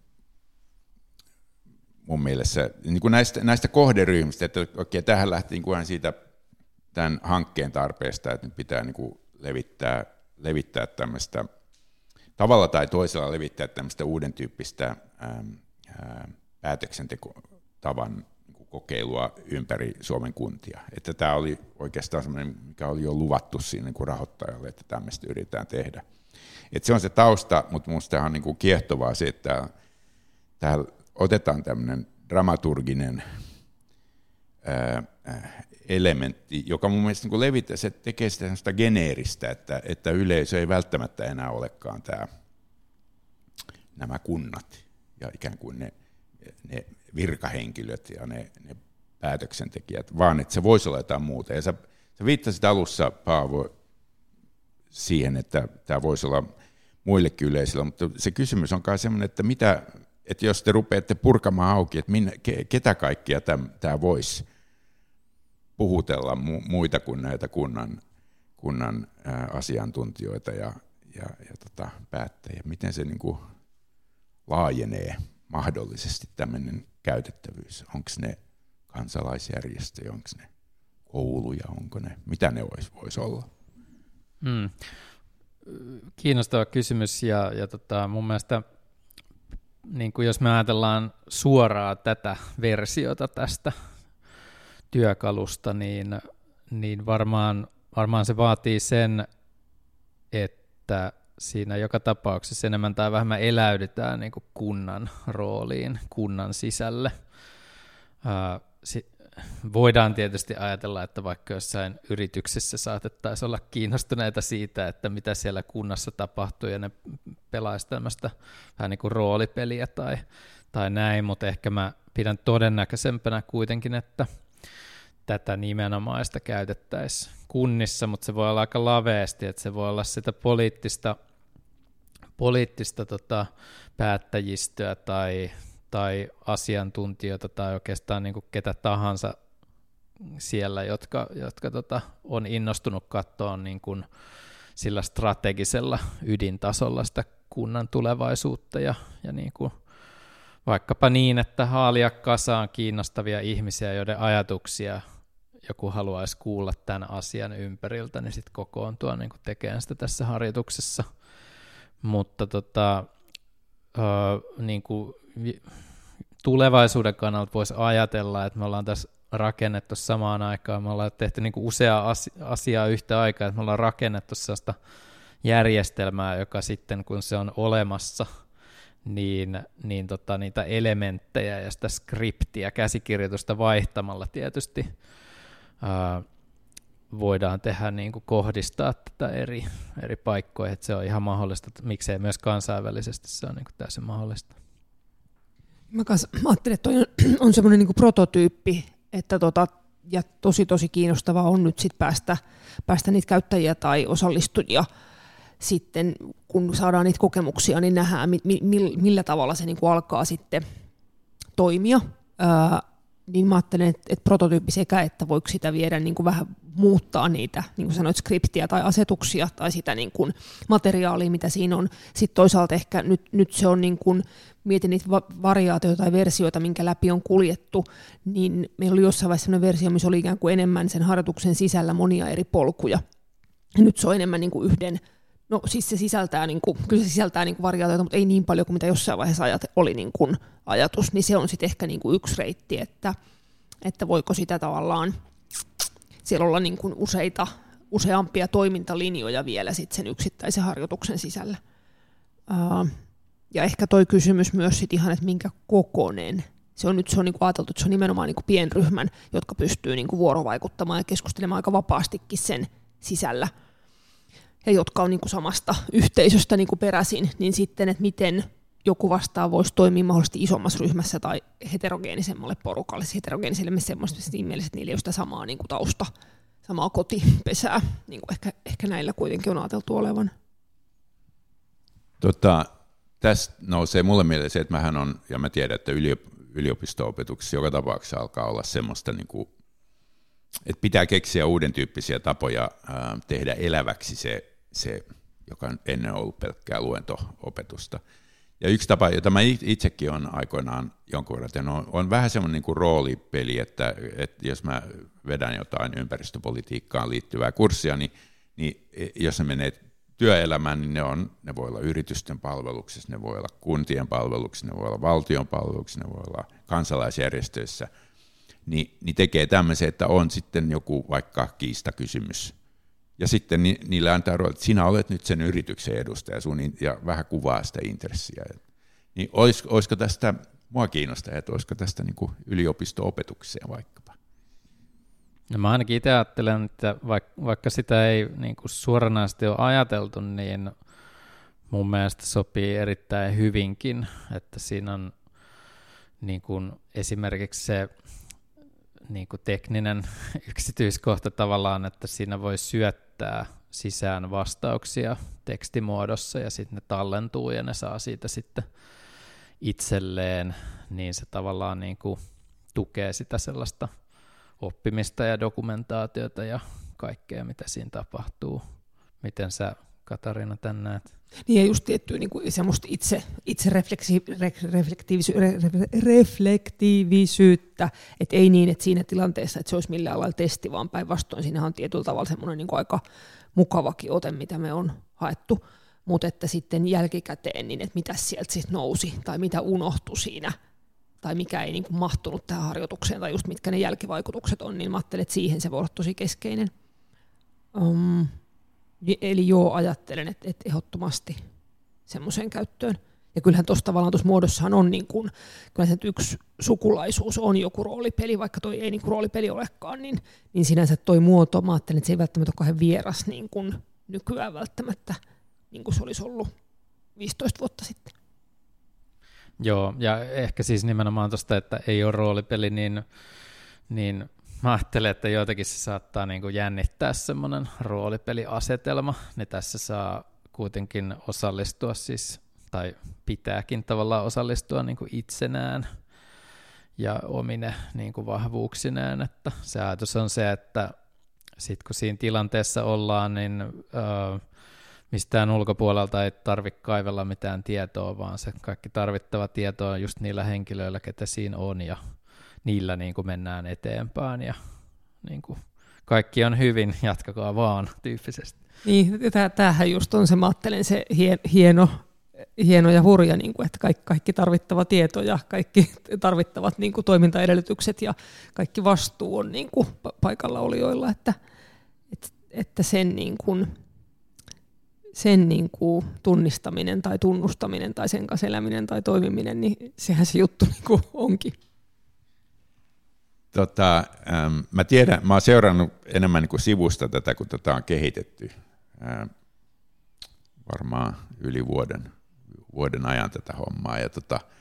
mun mielestä niin kuin näistä kohderyhmistä, että okei, tähän lähti niin kuin siitä tämän hankkeen tarpeesta, että nyt pitää niin kuin levittää tämmöistä, tavalla tai toisella levittää tämmöistä uuden tyyppistä päätöksentekotavan kokeilua ympäri Suomen kuntia. Että tämä oli oikeastaan semmoinen, mikä oli jo luvattu siinä niin kuin rahoittajalle, että tämmöistä yritetään tehdä. Että se on se tausta, mutta minusta on niin kuin kiehtovaa se, että täällä otetaan tämmöinen dramaturginen elementti, joka mun mielestä niin levittää, se tekee sitä semmoista geneeristä, että yleisö ei välttämättä enää olekaan nämä kunnat ja ikään kuin ne virkahenkilöt ja ne päätöksentekijät, vaan että se voisi olla jotain muuta. Ja sä viittasit alussa, Paavo, siihen, että tämä voisi olla muillekin yleisillä, mutta se kysymys on kai semmoinen, että jos te rupeatte purkamaan auki, että ketä kaikkia tämä voisi puhutella muita kuin näitä kunnan asiantuntijoita ja päättäjiä, miten se niin kuin laajenee mahdollisesti tämmöinen käytettävyys, onko ne kansalaisjärjestöjä, onko ne kouluja, onko ne, mitä ne vois olla? Kiinnostava kysymys ja mun mielestä niin kuin jos me ajatellaan suoraan tätä versiota tästä työkalusta, niin varmaan se vaatii sen, että siinä joka tapauksessa enemmän tai vähemmän eläydytään niin kuin kunnan rooliin, kunnan sisälle. Voidaan tietysti ajatella, että vaikka jossain yrityksissä saatettaisiin olla kiinnostuneita siitä, että mitä siellä kunnassa tapahtuu, ja ne pelaisi tämmöistä vähän niin kuin roolipeliä tai näin, mutta ehkä mä pidän todennäköisempänä kuitenkin, että tätä nimenomaista käytettäisiin kunnissa, mutta se voi olla aika laveasti, että se voi olla sitä poliittista päättäjistöä tai asiantuntijoita tai oikeastaan niin kuin ketä tahansa siellä, jotka on innostunut katsoa niin kuin sillä strategisella ydintasolla sitä kunnan tulevaisuutta ja niin kuin vaikkapa niin, että haalia kasaan kiinnostavia ihmisiä, joiden ajatuksia joku haluaisi kuulla tämän asian ympäriltä, niin sitten kokoontua niin kuin tekemään sitä tässä harjoituksessa. Mutta niin kuin tulevaisuuden kannalta voisi ajatella, että me ollaan tässä rakennettu samaan aikaan, me ollaan tehty niin kuin useaa asiaa yhtä aikaa, että me ollaan rakennettu sellaista järjestelmää, joka sitten kun se on olemassa, niin niitä elementtejä ja sitä skriptiä, käsikirjoitusta vaihtamalla tietysti voidaan tehdä niin kuin kohdistaa tätä eri paikkoihin, että se on ihan mahdollista, että miksei myös kansainvälisesti se on niin kuin täysin mahdollista. Mä ajattelin, että toi on semmoinen niin kuin prototyyppi, että ja tosi kiinnostavaa on nyt sit päästä niitä käyttäjiä tai osallistujia sitten, kun saadaan niitä kokemuksia, niin nähdään, millä tavalla se niin kuin alkaa sitten toimia. Niin mä ajattelen, että prototyyppi sekä, että voiko sitä viedä niin kuin vähän muuttaa niitä, niin kuin sanoit, skriptiä tai asetuksia tai sitä niin kuin materiaalia, mitä siinä on. Sitten toisaalta ehkä nyt se on, niin kuin, mietin niitä variaatioita tai versioita, minkä läpi on kuljettu, niin meillä oli jossain vaiheessa sellainen versio, missä oli ikään kuin enemmän sen harjoituksen sisällä monia eri polkuja. Ja nyt se on enemmän niin kuin yhden, no siis se sisältää, niin kuin, kyllä se sisältää niin kuin variaatioita, mutta ei niin paljon kuin mitä jossain vaiheessa oli niin kuin ajatus, niin se on sitten ehkä niin kuin yksi reitti, että voiko sitä tavallaan, siellä olla niin kuin useampia toimintalinjoja vielä sitten sen yksittäisen harjoituksen sisällä. Ja ehkä toi kysymys myös sit ihan, että minkä kokoinen. Se on niin kuin ajateltu, että se on nimenomaan niin kuin pienryhmän, jotka pystyy niin kuin vuorovaikuttamaan ja keskustelemaan aika vapaastikin sen sisällä ja jotka on niin kuin samasta yhteisöstä niin kuin peräisin, niin sitten, että miten joku vastaan voisi toimia mahdollisesti isommassa ryhmässä tai heterogeenisemmalle porukalle, siis heterogeeniselle semmoista mielessä, että niillä ei ole sitä samaa niin kuin tausta, samaa kotipesää, niin kuin ehkä näillä kuitenkin on ajateltu olevan. Tästä nousee mulle mieleen se, että mähän on, ja mä tiedän, että yliopisto-opetuksessa joka tapauksessa alkaa olla semmoista, niin kuin, että pitää keksiä uuden tyyppisiä tapoja tehdä eläväksi se, joka ennen ollut pelkkää luento-opetusta. Ja yksi tapa, jota mä itsekin olen aikoinaan jonkun verran tehnyt, on vähän semmoinen niin kuin roolipeli, että jos mä vedän jotain ympäristöpolitiikkaan liittyvää kurssia, niin jos se menee työelämään, niin ne voi olla yritysten palveluksessa, ne voi olla kuntien palveluksessa, ne voi olla valtion palveluksessa, ne voi olla kansalaisjärjestöissä, niin tekee tämmöisen, että on sitten joku vaikka kiistakysymys. Ja sitten niille antaa rooli, että sinä olet nyt sen yrityksen edustaja ja vähän kuvaa sitä intressiä. Niin olisiko tästä, mua kiinnostaa, että olisiko tästä niin kuin yliopisto-opetukseen vaikkapa? No mä ainakin itse ajattelen, että vaikka sitä ei niin kuin suoranaisesti ole ajateltu, niin mun mielestä sopii erittäin hyvinkin, että siinä on niin kuin esimerkiksi se niin kuin tekninen yksityiskohta tavallaan, että siinä voi syöttää sisään vastauksia tekstimuodossa ja sitten ne tallentuu ja ne saa siitä sitten itselleen, niin se tavallaan niin kuin tukee sitä sellaista oppimista ja dokumentaatiota ja kaikkea, mitä siinä tapahtuu. Miten sä, Katariina, tän näet? Niin ja just tiettyä niin kuin semmoista reflektiivisyyttä, että ei niin, että siinä tilanteessa, että se olisi millään lailla testi, vaan päinvastoin siinähän on tietyllä tavalla semmoinen niin kuin aika mukavakin ote, mitä me on haettu, mutta että sitten jälkikäteen, niin että mitä sieltä sitten nousi tai mitä unohtui siinä, tai mikä ei niin kuin mahtunut tähän harjoitukseen, tai just mitkä ne jälkivaikutukset on, niin mä ajattelen, että siihen se voi olla tosi keskeinen. Eli ajattelen, että ehdottomasti semmoiseen käyttöön. Ja kyllähän tuossa tavallaan tuossa muodossahan on, niin kun, kyllä se yksi sukulaisuus on joku roolipeli, vaikka toi ei niin kuin roolipeli olekaan, niin sinänsä toi muoto, mä ajattelen, että se ei välttämättä ole kauhean vieras niin kuin nykyään välttämättä, niin kuin se olisi ollut 15 vuotta sitten. Joo, ja ehkä siis nimenomaan tuosta, että ei ole roolipeli, niin mä ajattelen, että joitakin se saattaa niin kuin jännittää semmoinen roolipeliasetelma, niin tässä saa kuitenkin osallistua siis, tai pitääkin tavallaan osallistua niin kuin itsenään ja omine niin kuin vahvuuksineen, että se ajatus on se, että sitten kun siinä tilanteessa ollaan, niin mistään ulkopuolelta ei tarvitse kaivella mitään tietoa, vaan se kaikki tarvittava tieto on just niillä henkilöillä, ketä siinä on, ja niillä niin kuin mennään eteenpäin, ja niin kuin kaikki on hyvin, jatkakaa vaan tyyppisesti. Niin, tämähän just on se, mä ajattelen, se hieno ja hurja, niin kuin, että kaikki tarvittava tieto ja kaikki tarvittavat niin kuin toimintaedellytykset ja kaikki vastuu on niin kuin paikalla olijoilla, että sen niin kuin tunnistaminen tai tunnustaminen tai sen kanssa eläminen tai toimiminen, niin sehän se juttu niin kuin onkin. Mä tiedän, mä oon seurannut enemmän niin kuin sivusta tätä, kun tätä on kehitetty varmaan yli vuoden ajan tätä hommaa. Ja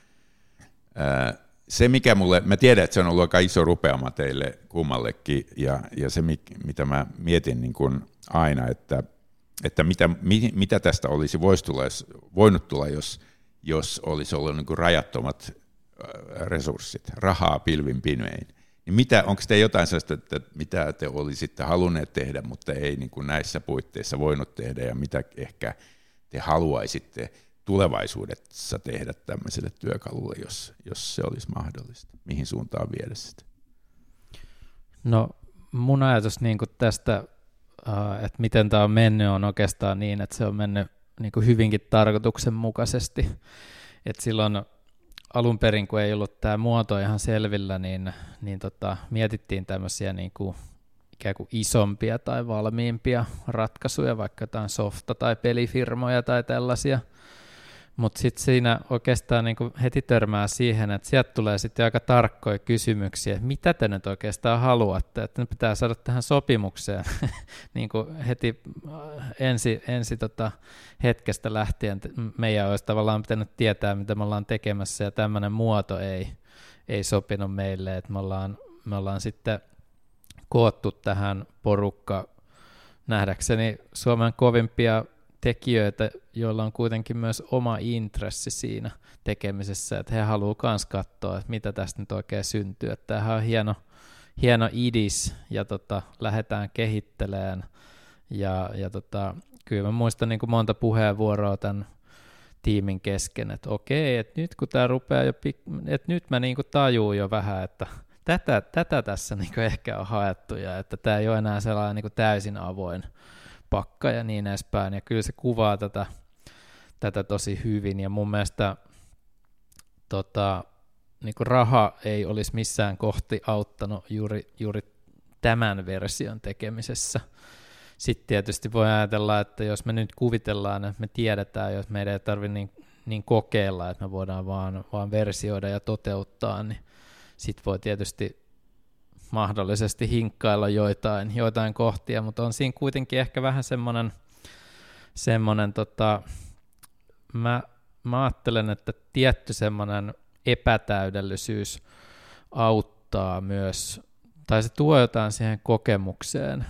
se, mikä mä tiedän, että se on ollut aika iso rupeama teille kummallekin, ja se, mitä mä mietin niin kuin aina, että mitä tästä olisi voinut tulla, jos olisi ollut niin kuin rajattomat resurssit, rahaa pilvin pimein. Niin onko te jotain sellaista, että mitä te olisitte halunneet tehdä, mutta ei niin kuin näissä puitteissa voinut tehdä, ja mitä ehkä te haluaisitte tulevaisuudessa tehdä tämmöiselle työkalulle, jos se olisi mahdollista? Mihin suuntaan viedä sitä? No mun ajatus niin kuin tästä, että miten tämä on mennyt, on oikeastaan niin, että se on mennyt niin kuin hyvinkin tarkoituksenmukaisesti. Että silloin alun perin, kun ei ollut tämä muoto ihan selvillä, niin mietittiin tämmöisiä niin kuin ikään kuin isompia tai valmiimpia ratkaisuja, vaikka jotain softa- tai pelifirmoja tai tällaisia. Mutta sitten siinä oikeastaan niinku heti törmää siihen, että sieltä tulee sitten aika tarkkoja kysymyksiä, että mitä te nyt oikeastaan haluatte, että ne pitää saada tähän sopimukseen niinku heti ensi hetkestä lähtien meidän olisi tavallaan pitänyt tietää, mitä me ollaan tekemässä, ja tämmöinen muoto ei sopinut meille, että me ollaan sitten koottu tähän porukka nähdäkseni Suomen kovimpia tekijöitä, joilla on kuitenkin myös oma intressi siinä tekemisessä, että he haluaa myös katsoa, että mitä tästä nyt oikein syntyy. Että tämähän on hieno idis, ja lähdetään kehittelemään, ja kyllä mä muistan niin kuin monta puheenvuoroa tämän tiimin kesken, että okei, että nyt kun tämä rupeaa jo, että nyt mä niin kuin tajuun jo vähän, että tätä tässä niin kuin ehkä on haettu, ja että tämä ei ole enää sellainen niin kuin täysin avoin pakka ja niin edespäin, ja kyllä se kuvaa tätä tosi hyvin, ja mun mielestä niin kuin raha ei olisi missään kohti auttanut juuri tämän version tekemisessä. Sitten tietysti voi ajatella, että jos me nyt kuvitellaan, että me tiedetään, jos meidän ei tarvitse niin kokeilla, että me voidaan vaan versioida ja toteuttaa, niin sitten voi tietysti mahdollisesti hinkkailla joitain kohtia, mutta on siinä kuitenkin ehkä vähän semmoinen mä ajattelen, että tietty semmoinen epätäydellisyys auttaa myös, tai se tuo jotain siihen kokemukseen,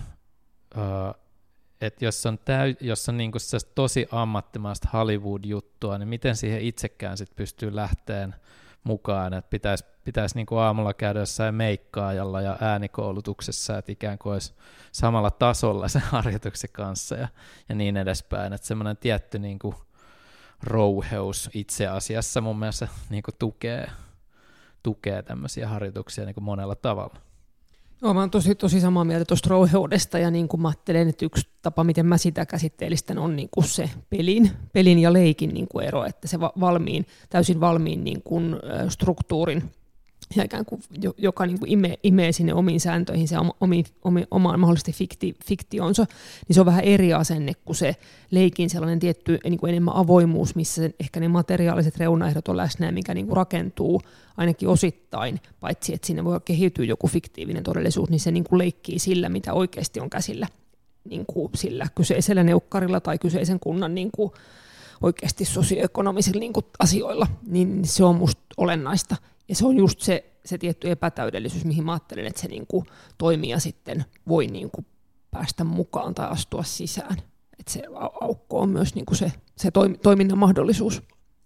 että jos on niinku se tosi ammattimaista Hollywood-juttua, niin miten siihen itsekään sit pystyy lähteen mukaan, että pitäisi niinku aamulla käydä jossain meikkaajalla ja äänikoulutuksessa, että ikään kuin olisi samalla tasolla sen harjoituksen kanssa ja niin edespäin, että semmoinen tietty niinku rouheus itse asiassa mun mielestä niinku tukee tämmöisiä harjoituksia niinku monella tavalla. Mä oon tosi samaa mieltä tuosta rouheudesta, ja niin kuin mä ajattelen, että yksi tapa, miten mä sitä käsitteellistän, on niin kuin se pelin ja leikin niin kuin ero, että se täysin valmiin niin kuin struktuurin, ja ikään kuin joka niin kuin imee sinne omiin sääntöihin se omaan mahdollisesti fiktionsa, niin se on vähän eri asenne kuin se leikin sellainen tietty niin kuin enemmän avoimuus, missä ehkä ne materiaaliset reunaehdot on läsnä ja mikä niin kuin rakentuu ainakin osittain, paitsi että sinne voi kehittyä joku fiktiivinen todellisuus, niin se niin kuin leikkii sillä, mitä oikeasti on käsillä niin kuin sillä kyseisellä neukkarilla tai kyseisen kunnan niin kuin oikeasti sosioekonomisilla niin kuin asioilla, niin se on musta olennaista. Ja se on just se tietty epätäydellisyys, mihin mä ajattelen, että se niin kuin toimija sitten voi niin kuin päästä mukaan tai astua sisään. Että se aukko on myös niin kuin se toiminnan mahdollisuus.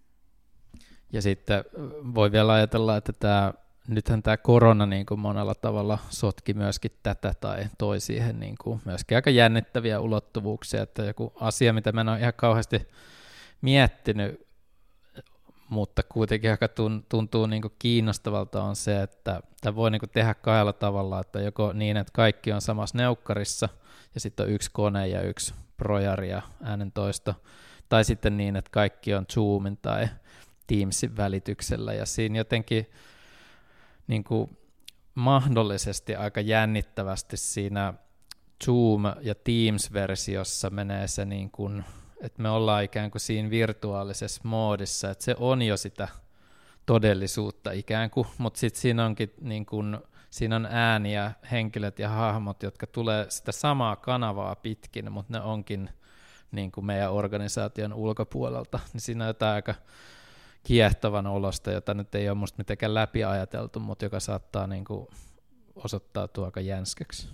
Ja sitten voi vielä ajatella, että nythän tämä korona niin kuin monella tavalla sotki myöskin tätä tai toi siihen niin kuin myöskin aika jännittäviä ulottuvuuksia, että joku asia, mitä mä en ole ihan kauheasti miettinyt, mutta kuitenkin aika tuntuu niin kuin kiinnostavalta on se, että tämä voi niin kuin tehdä kahdella tavalla, että joko niin, että kaikki on samassa neukkarissa ja sitten on yksi kone ja yksi projari ja äänentoisto, tai sitten niin, että kaikki on Zoomin tai Teamsin välityksellä, ja siinä jotenkin niin kuin mahdollisesti aika jännittävästi siinä Zoom- ja Teams-versiossa menee se niin kuin, että me ollaan ikään kuin siinä virtuaalisessa moodissa, että se on jo sitä todellisuutta ikään kuin, mutta sitten siinä onkin niin kuin, siinä on ääniä, henkilöt ja hahmot, jotka tulee sitä samaa kanavaa pitkin, mutta ne onkin niin kuin meidän organisaation ulkopuolelta, niin siinä on jotain aika kiehtovan olosta, jota nyt ei ole musta mitenkään läpi ajateltu, mutta joka saattaa niin kuin osoittautua aika jänskäksi.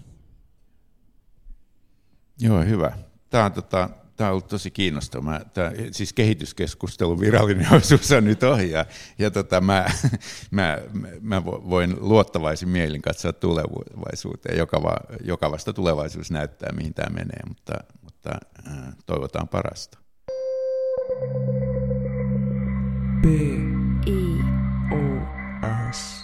Joo, hyvä. Tämä on ollut tosi kiinnostava. Siis kehityskeskustelun virallinen osuus on nyt ohi, ja mä voin luottavaisin mielin katsoa tulevaisuuteen, joka vasta tulevaisuus näyttää, mihin tämä menee, mutta toivotaan parasta. BIOS.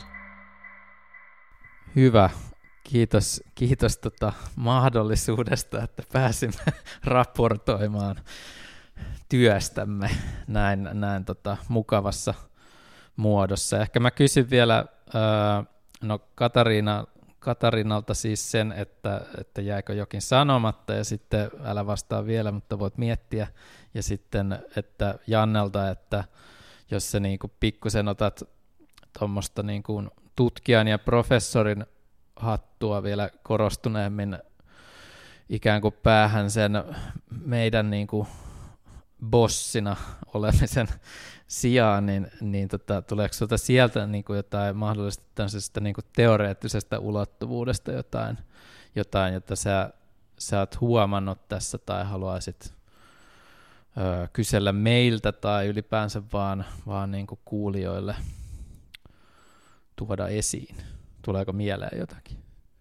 Hyvä. Kiitos mahdollisuudesta, että pääsimme raportoimaan työstämme näin mukavassa muodossa. Ehkä mä kysyn vielä, no Katarinalta siis sen, että jääkö jokin sanomatta, ja sitten älä vastaa vielä, mutta voit miettiä. Ja sitten, että Jannelta, että jos sä niin kuin pikkusen otat tuommoista niin kuin tutkijan ja professorin hattua vielä korostuneemmin ikään kuin päähän sen meidän niin kuin bossina olemisen sijaan, niin tuleeko sinulta sieltä niin kuin jotain mahdollisesti tämmöisestä niin kuin teoreettisesta ulottuvuudesta jotain, jota sä oot huomannut tässä tai haluaisit kysellä meiltä tai ylipäänsä vaan niin kuin kuulijoille tuoda esiin? Tuleeko mieleen jotakin?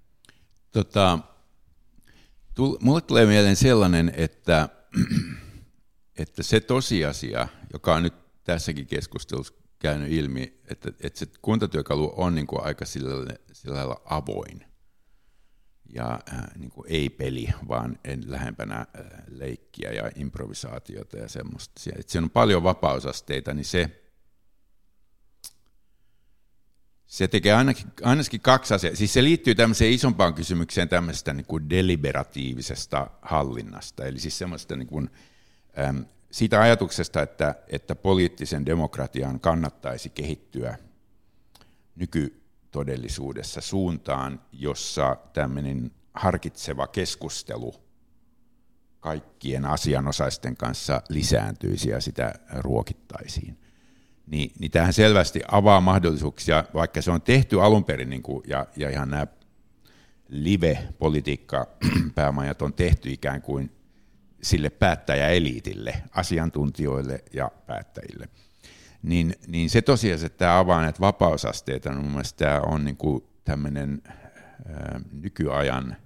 Mulle tulee mieleen sellainen, että se tosiasia, joka on nyt tässäkin keskustelussa käynyt ilmi, että se kuntatyökalu on niin kuin aika sillä lailla avoin ja niin kuin ei peli, vaan lähempänä leikkiä ja improvisaatiota ja semmoista. Että siinä on paljon vapausasteita, niin se tekee ainakin kaksi asiaa. Siis se liittyy tämmöiseen isompaan kysymykseen tämmöisestä niin kuin deliberatiivisesta hallinnasta, eli siis semmoista niin kuin, siitä ajatuksesta, että poliittisen demokratian kannattaisi kehittyä nykytodellisuudessa suuntaan, jossa tämmöinen harkitseva keskustelu kaikkien asianosaisten kanssa lisääntyisi ja sitä ruokittaisiin. Niin tämähän selvästi avaa mahdollisuuksia, vaikka se on tehty alun perin, niin kuin, ja ihan nämä live-politiikka-päämajat on tehty ikään kuin sille päättäjäeliitille, asiantuntijoille ja päättäjille. Niin se tosiaan, että tämä avaa näitä vapausasteita, niin mun mielestä tämä on niin kuin tämmöinen nykyajan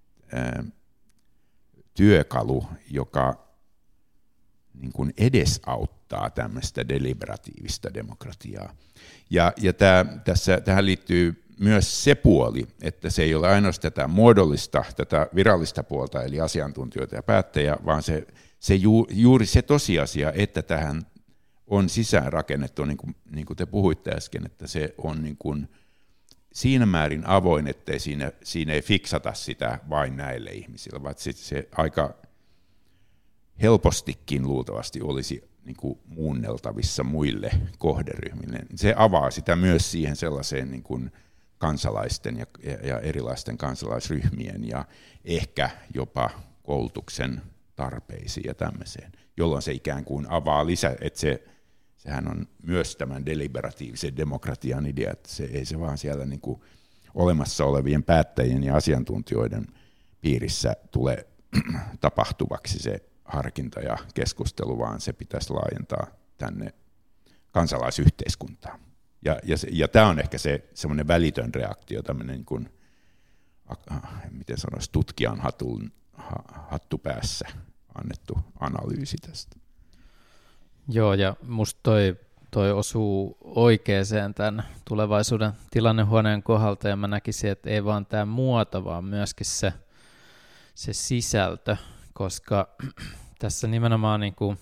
työkalu, joka niin kuin edesauttaa tämmöistä deliberatiivista demokratiaa. Ja tähän liittyy myös se puoli, että se ei ole ainoastaan tätä muodollista, tätä virallista puolta, eli asiantuntijoita ja päättäjiä, vaan juuri se tosiasia, että tähän on sisään rakennettu, niin kuin te puhuitte äsken, että se on niin kuin siinä määrin avoin, ettei siinä ei fiksata sitä vain näille ihmisille, vaan se aika helpostikin luultavasti olisi niin kuin muunneltavissa muille kohderyhmille. Se avaa sitä myös siihen sellaiseen niin kuin kansalaisten ja erilaisten kansalaisryhmien ja ehkä jopa koulutuksen tarpeisiin ja tämmöiseen, jolloin se ikään kuin avaa että sehän on myös tämän deliberatiivisen demokratian idea, että ei se vaan siellä niin kuin olemassa olevien päättäjien ja asiantuntijoiden piirissä tule tapahtuvaksi se harkinta ja keskustelu, vaan se pitäisi laajentaa tänne kansalaisyhteiskuntaan. Ja tämä on ehkä se semmoinen välitön reaktio, tämmöinen niin kuin, miten sanoisi, tutkijan hattupäässä annettu analyysi tästä. Joo, ja musta toi osuu oikeeseen tämän tulevaisuuden tilannehuoneen kohdalta, ja mä näkisin, että ei vaan tämä muoto, vaan myöskin se sisältö, koska tässä nimenomaan niin kuin,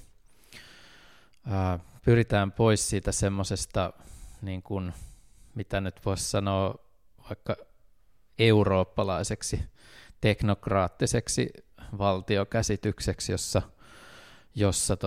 pyritään pois siitä semmoisesta, niin kuin, mitä nyt voisi sanoa vaikka eurooppalaiseksi teknokraattiseksi valtiokäsitykseksi, jossa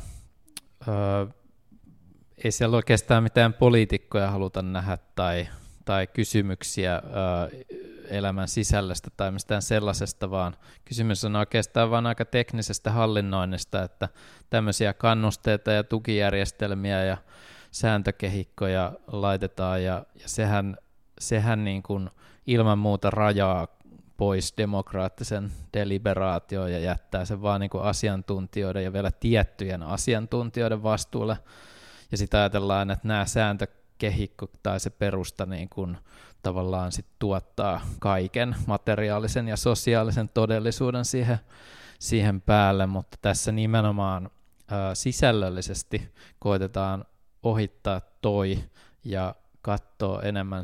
ei siellä oikeastaan mitään poliitikkoja haluta nähdä tai kysymyksiä elämän sisällöstä tai mistään sellaisesta, vaan kysymys on oikeastaan vain aika teknisestä hallinnoinnista, että tämmöisiä kannusteita ja tukijärjestelmiä ja sääntökehikkoja laitetaan, ja sehän niin kuin ilman muuta rajaa pois demokraattisen deliberaation ja jättää sen vaan niin kuin asiantuntijoiden ja vielä tiettyjen asiantuntijoiden vastuulle. Ja sitä ajatellaan, että nämä sääntökehikko tai se perusta niin kuin tavallaan sit tuottaa kaiken materiaalisen ja sosiaalisen todellisuuden siihen päälle, mutta tässä nimenomaan sisällöllisesti koitetaan ohittaa toi ja katsoa enemmän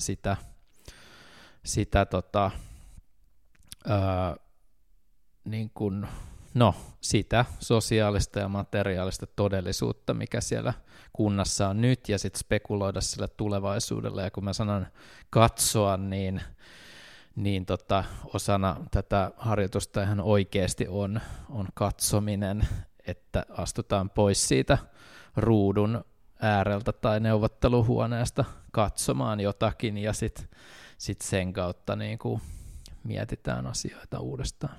sitä sosiaalista ja materiaalista todellisuutta, mikä siellä kunnassa on nyt, ja sitten spekuloida sillä tulevaisuudella. Ja kun mä sanon katsoa, niin niin osana tätä harjoitusta ihan oikeasti on katsominen, että astutaan pois siitä ruudun ääreltä tai neuvotteluhuoneesta katsomaan jotakin ja sit sen kautta niin kuin mietitään asioita uudestaan.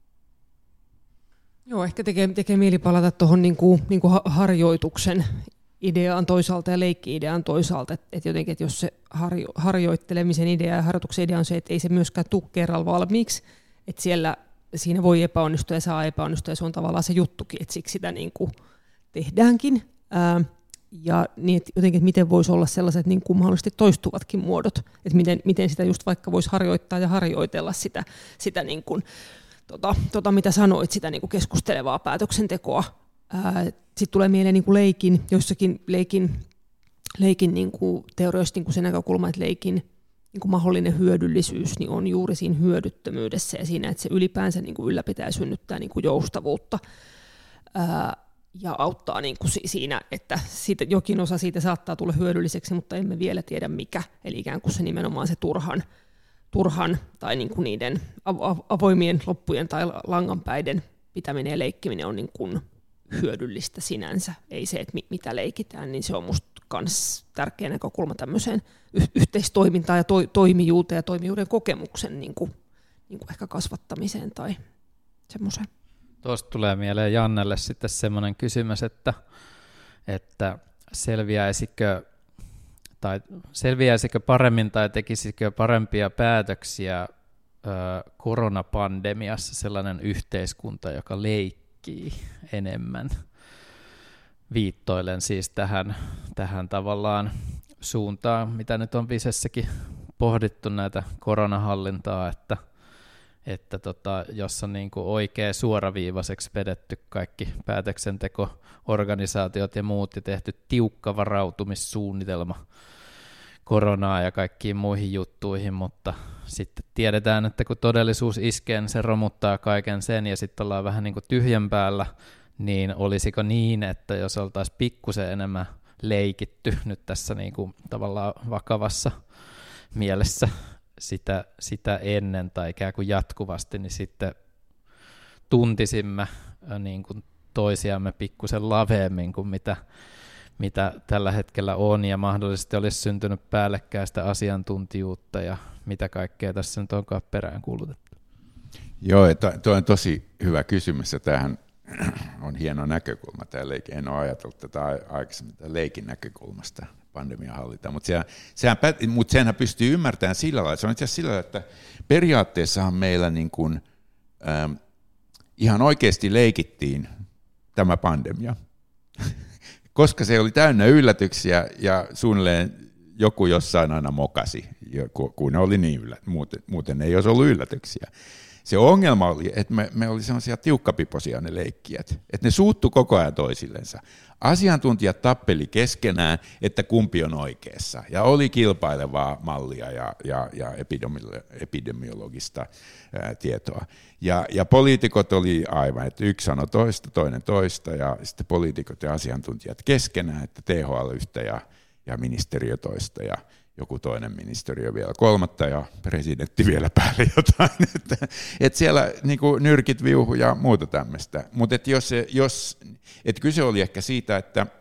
Joo, ehkä tekee mieli palata tuohon niinku harjoituksen ideaan toisaalta ja leikki-ideaan toisaalta, että jotenkin, että jos se harjoittelemisen idea ja harjoituksen idea on se, että ei se myöskään tule kerralla valmiiksi, että siinä voi epäonnistua ja saa epäonnistua ja se on tavallaan se juttukin, että siksi sitä niinku tehdäänkin. Ja niin, että jotenkin, että miten voisi olla sellaiset niin kuin mahdollisesti toistuvatkin muodot, että miten sitä just vaikka voisi harjoittaa ja harjoitella sitä niin kuin, mitä sanoit, sitä niin kuin keskustelevaa päätöksentekoa. Sitten tulee mieleen niin kuin joissakin leikin niin kuin teorioista niin kuin se näkökulma, että leikin niin kuin mahdollinen hyödyllisyys niin on juuri siinä hyödyttömyydessä ja siinä, että se ylipäänsä niin kuin ylläpitää ja synnyttää niin kuin joustavuutta. Ja auttaa niin kuin siinä, että jokin osa siitä saattaa tulla hyödylliseksi, mutta emme vielä tiedä mikä. Eli ikään kuin se nimenomaan se turhan tai niin kuin niiden avoimien loppujen tai langanpäiden pitäminen ja leikkiminen on niin kuin hyödyllistä sinänsä. Ei se, että mitä leikitään, niin se on musta myös tärkeä näkökulma tämmöiseen yhteistoimintaan ja toimijuuteen ja toimijuuden kokemuksen niin kuin ehkä kasvattamiseen tai semmoiseen. Tuosta tulee mieleen Jannelle sitten semmoinen kysymys, että selviäisikö paremmin tai tekisikö parempia päätöksiä koronapandemiassa sellainen yhteiskunta, joka leikkii enemmän. Viittoilen siis tähän tavallaan suuntaan, mitä nyt on Visessäkin pohdittu näitä koronahallintaa, että jos on niin kuin oikein suoraviivaiseksi vedetty kaikki päätöksenteko-organisaatiot ja muut ja tehty tiukka varautumissuunnitelma koronaa ja kaikkiin muihin juttuihin, mutta sitten tiedetään, että kun todellisuus iskee, niin se romuttaa kaiken sen ja sitten ollaan vähän niin kuin tyhjän päällä, niin olisiko niin, että jos oltaisiin pikkusen enemmän leikitty nyt tässä niin kuin tavallaan vakavassa mielessä, sitä ennen tai ikään kuin jatkuvasti, niin sitten tuntisimme niin kuin toisiamme pikkusen laveemmin kuin mitä tällä hetkellä on, ja mahdollisesti olisi syntynyt päällekkäistä asiantuntijuutta ja mitä kaikkea tässä nyt onkaan peräänkuulutettu. Joo, tuo on tosi hyvä kysymys, ja tämähän on hieno näkökulma. Tämä leikin. En ole ajatellut tätä aikaisemmin leikin näkökulmasta pandemian hallintaan, mutta senhän pystyy ymmärtämään sillä lailla. Se on itse asiassa sillä lailla, että periaatteessahan meillä niin kuin, ihan oikeasti leikittiin tämä pandemia, koska se oli täynnä yllätyksiä ja suunnilleen joku jossain aina mokasi, kun ne oli niin muuten ei olisi ollut yllätyksiä. Se ongelma oli, että me oli sellaisia tiukkapipoisia ne leikkijät, että ne suuttu koko ajan toisillensa. Asiantuntijat tappeli keskenään, että kumpi on oikeassa, ja oli kilpailevaa mallia ja epidemiologista tietoa. Ja poliitikot oli aivan, että yksi sanoi toista, toinen toista, ja sitten poliitikot ja asiantuntijat keskenään, että THL yhtä ja ministeriö toista, ja joku toinen ministeriö vielä kolmatta ja presidentti vielä päälle jotain. Että siellä niin kuin nyrkit viuhu ja muuta tämmöistä. Mutta kyse oli ehkä siitä,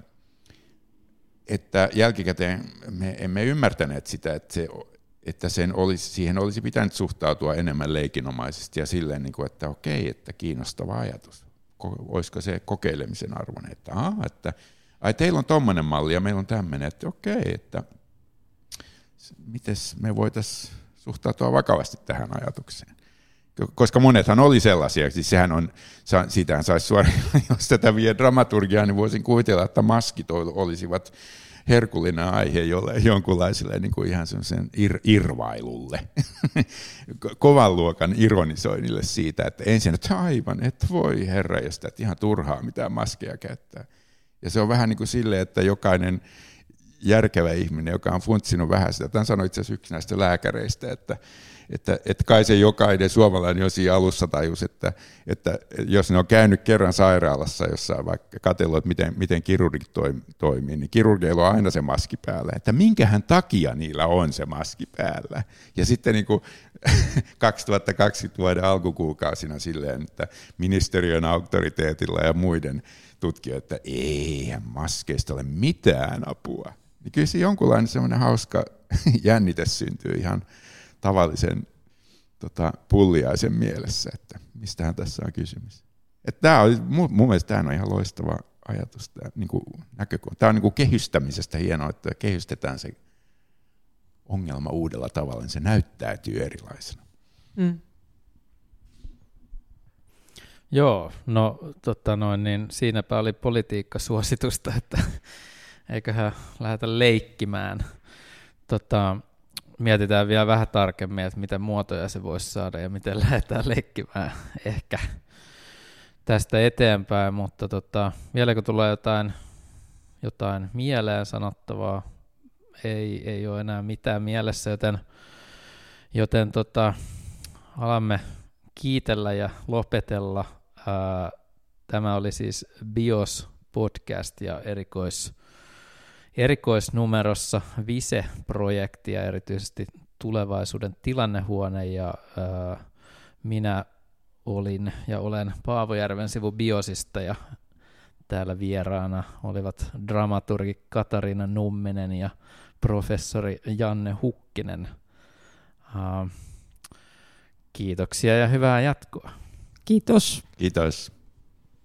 että jälkikäteen me emme ymmärtäneet sitä, että siihen olisi pitänyt suhtautua enemmän leikinomaisesti ja silleen, niin kuin, että okei, että kiinnostava ajatus. Olisiko se kokeilemisen arvoinen, että teillä on tommoinen malli ja meillä on tämmöinen, että okei, että miten me voitaisiin suhtautua vakavasti tähän ajatukseen. Koska monethan oli sellaisia, siis siitähän saisi suoraan, jos tätä vie dramaturgiaa, niin voisin kuvitella, että maskit olisivat herkullinen aihe jonkunlaiselle niin kuin ihan semmoisen irvailulle, kovan luokan ironisoinnille siitä, että ensin, että aivan, että voi herra, jos että ihan turhaa mitään maskeja käyttää. Ja se on vähän niin kuin silleen, että jokainen järkevä ihminen, joka on funtsinut vähän sitä, tämän sanoi itse asiassa yksi näistä lääkäreistä, että kai se jokainen suomalainen jo siinä alussa tajus, että jos ne on käynyt kerran sairaalassa, jossa vaikka katsellut, että miten kirurgit toimii, niin kirurgeilla on aina se maski päällä, että minkähän takia niillä on se maski päällä. Ja sitten niin kuin 2020 vuoden alkukuukausina silleen, että ministeriön auktoriteetilla ja muiden tutkijoilla, että eihän maskeista ole mitään apua. Niin kyllä se jonkunlainen semmoinen hauska jännite syntyy ihan tavallisen pulliaisen mielessä, että mistähän tässä on kysymys. Että mun mielestä tämä on ihan loistava ajatus, tämä niin kuin näkökulma. Tämä on niin kuin kehystämisestä hienoa, että kehystetään se ongelma uudella tavalla, niin se näyttäytyy erilaisena. Mm. Joo, no niin siinäpä oli politiikkasuositusta, että eiköhän lähdetä leikkimään. Mietitään vielä vähän tarkemmin, että mitä muotoja se voisi saada ja miten lähdetään leikkimään ehkä tästä eteenpäin, mutta vieläkö tulee jotain mieleen sanottavaa? Ei ole enää mitään mielessä, joten alamme kiitellä ja lopetella. Tämä oli siis BIOS-podcast ja erikoisnumerossa VISE-projektia, erityisesti tulevaisuuden tilannehuone, ja minä olin ja olen Paavojärven sivu BIOSista, ja täällä vieraana olivat dramaturgi Katariina Numminen ja professori Janne Hukkinen. Kiitoksia ja hyvää jatkoa. Kiitos. Kiitos.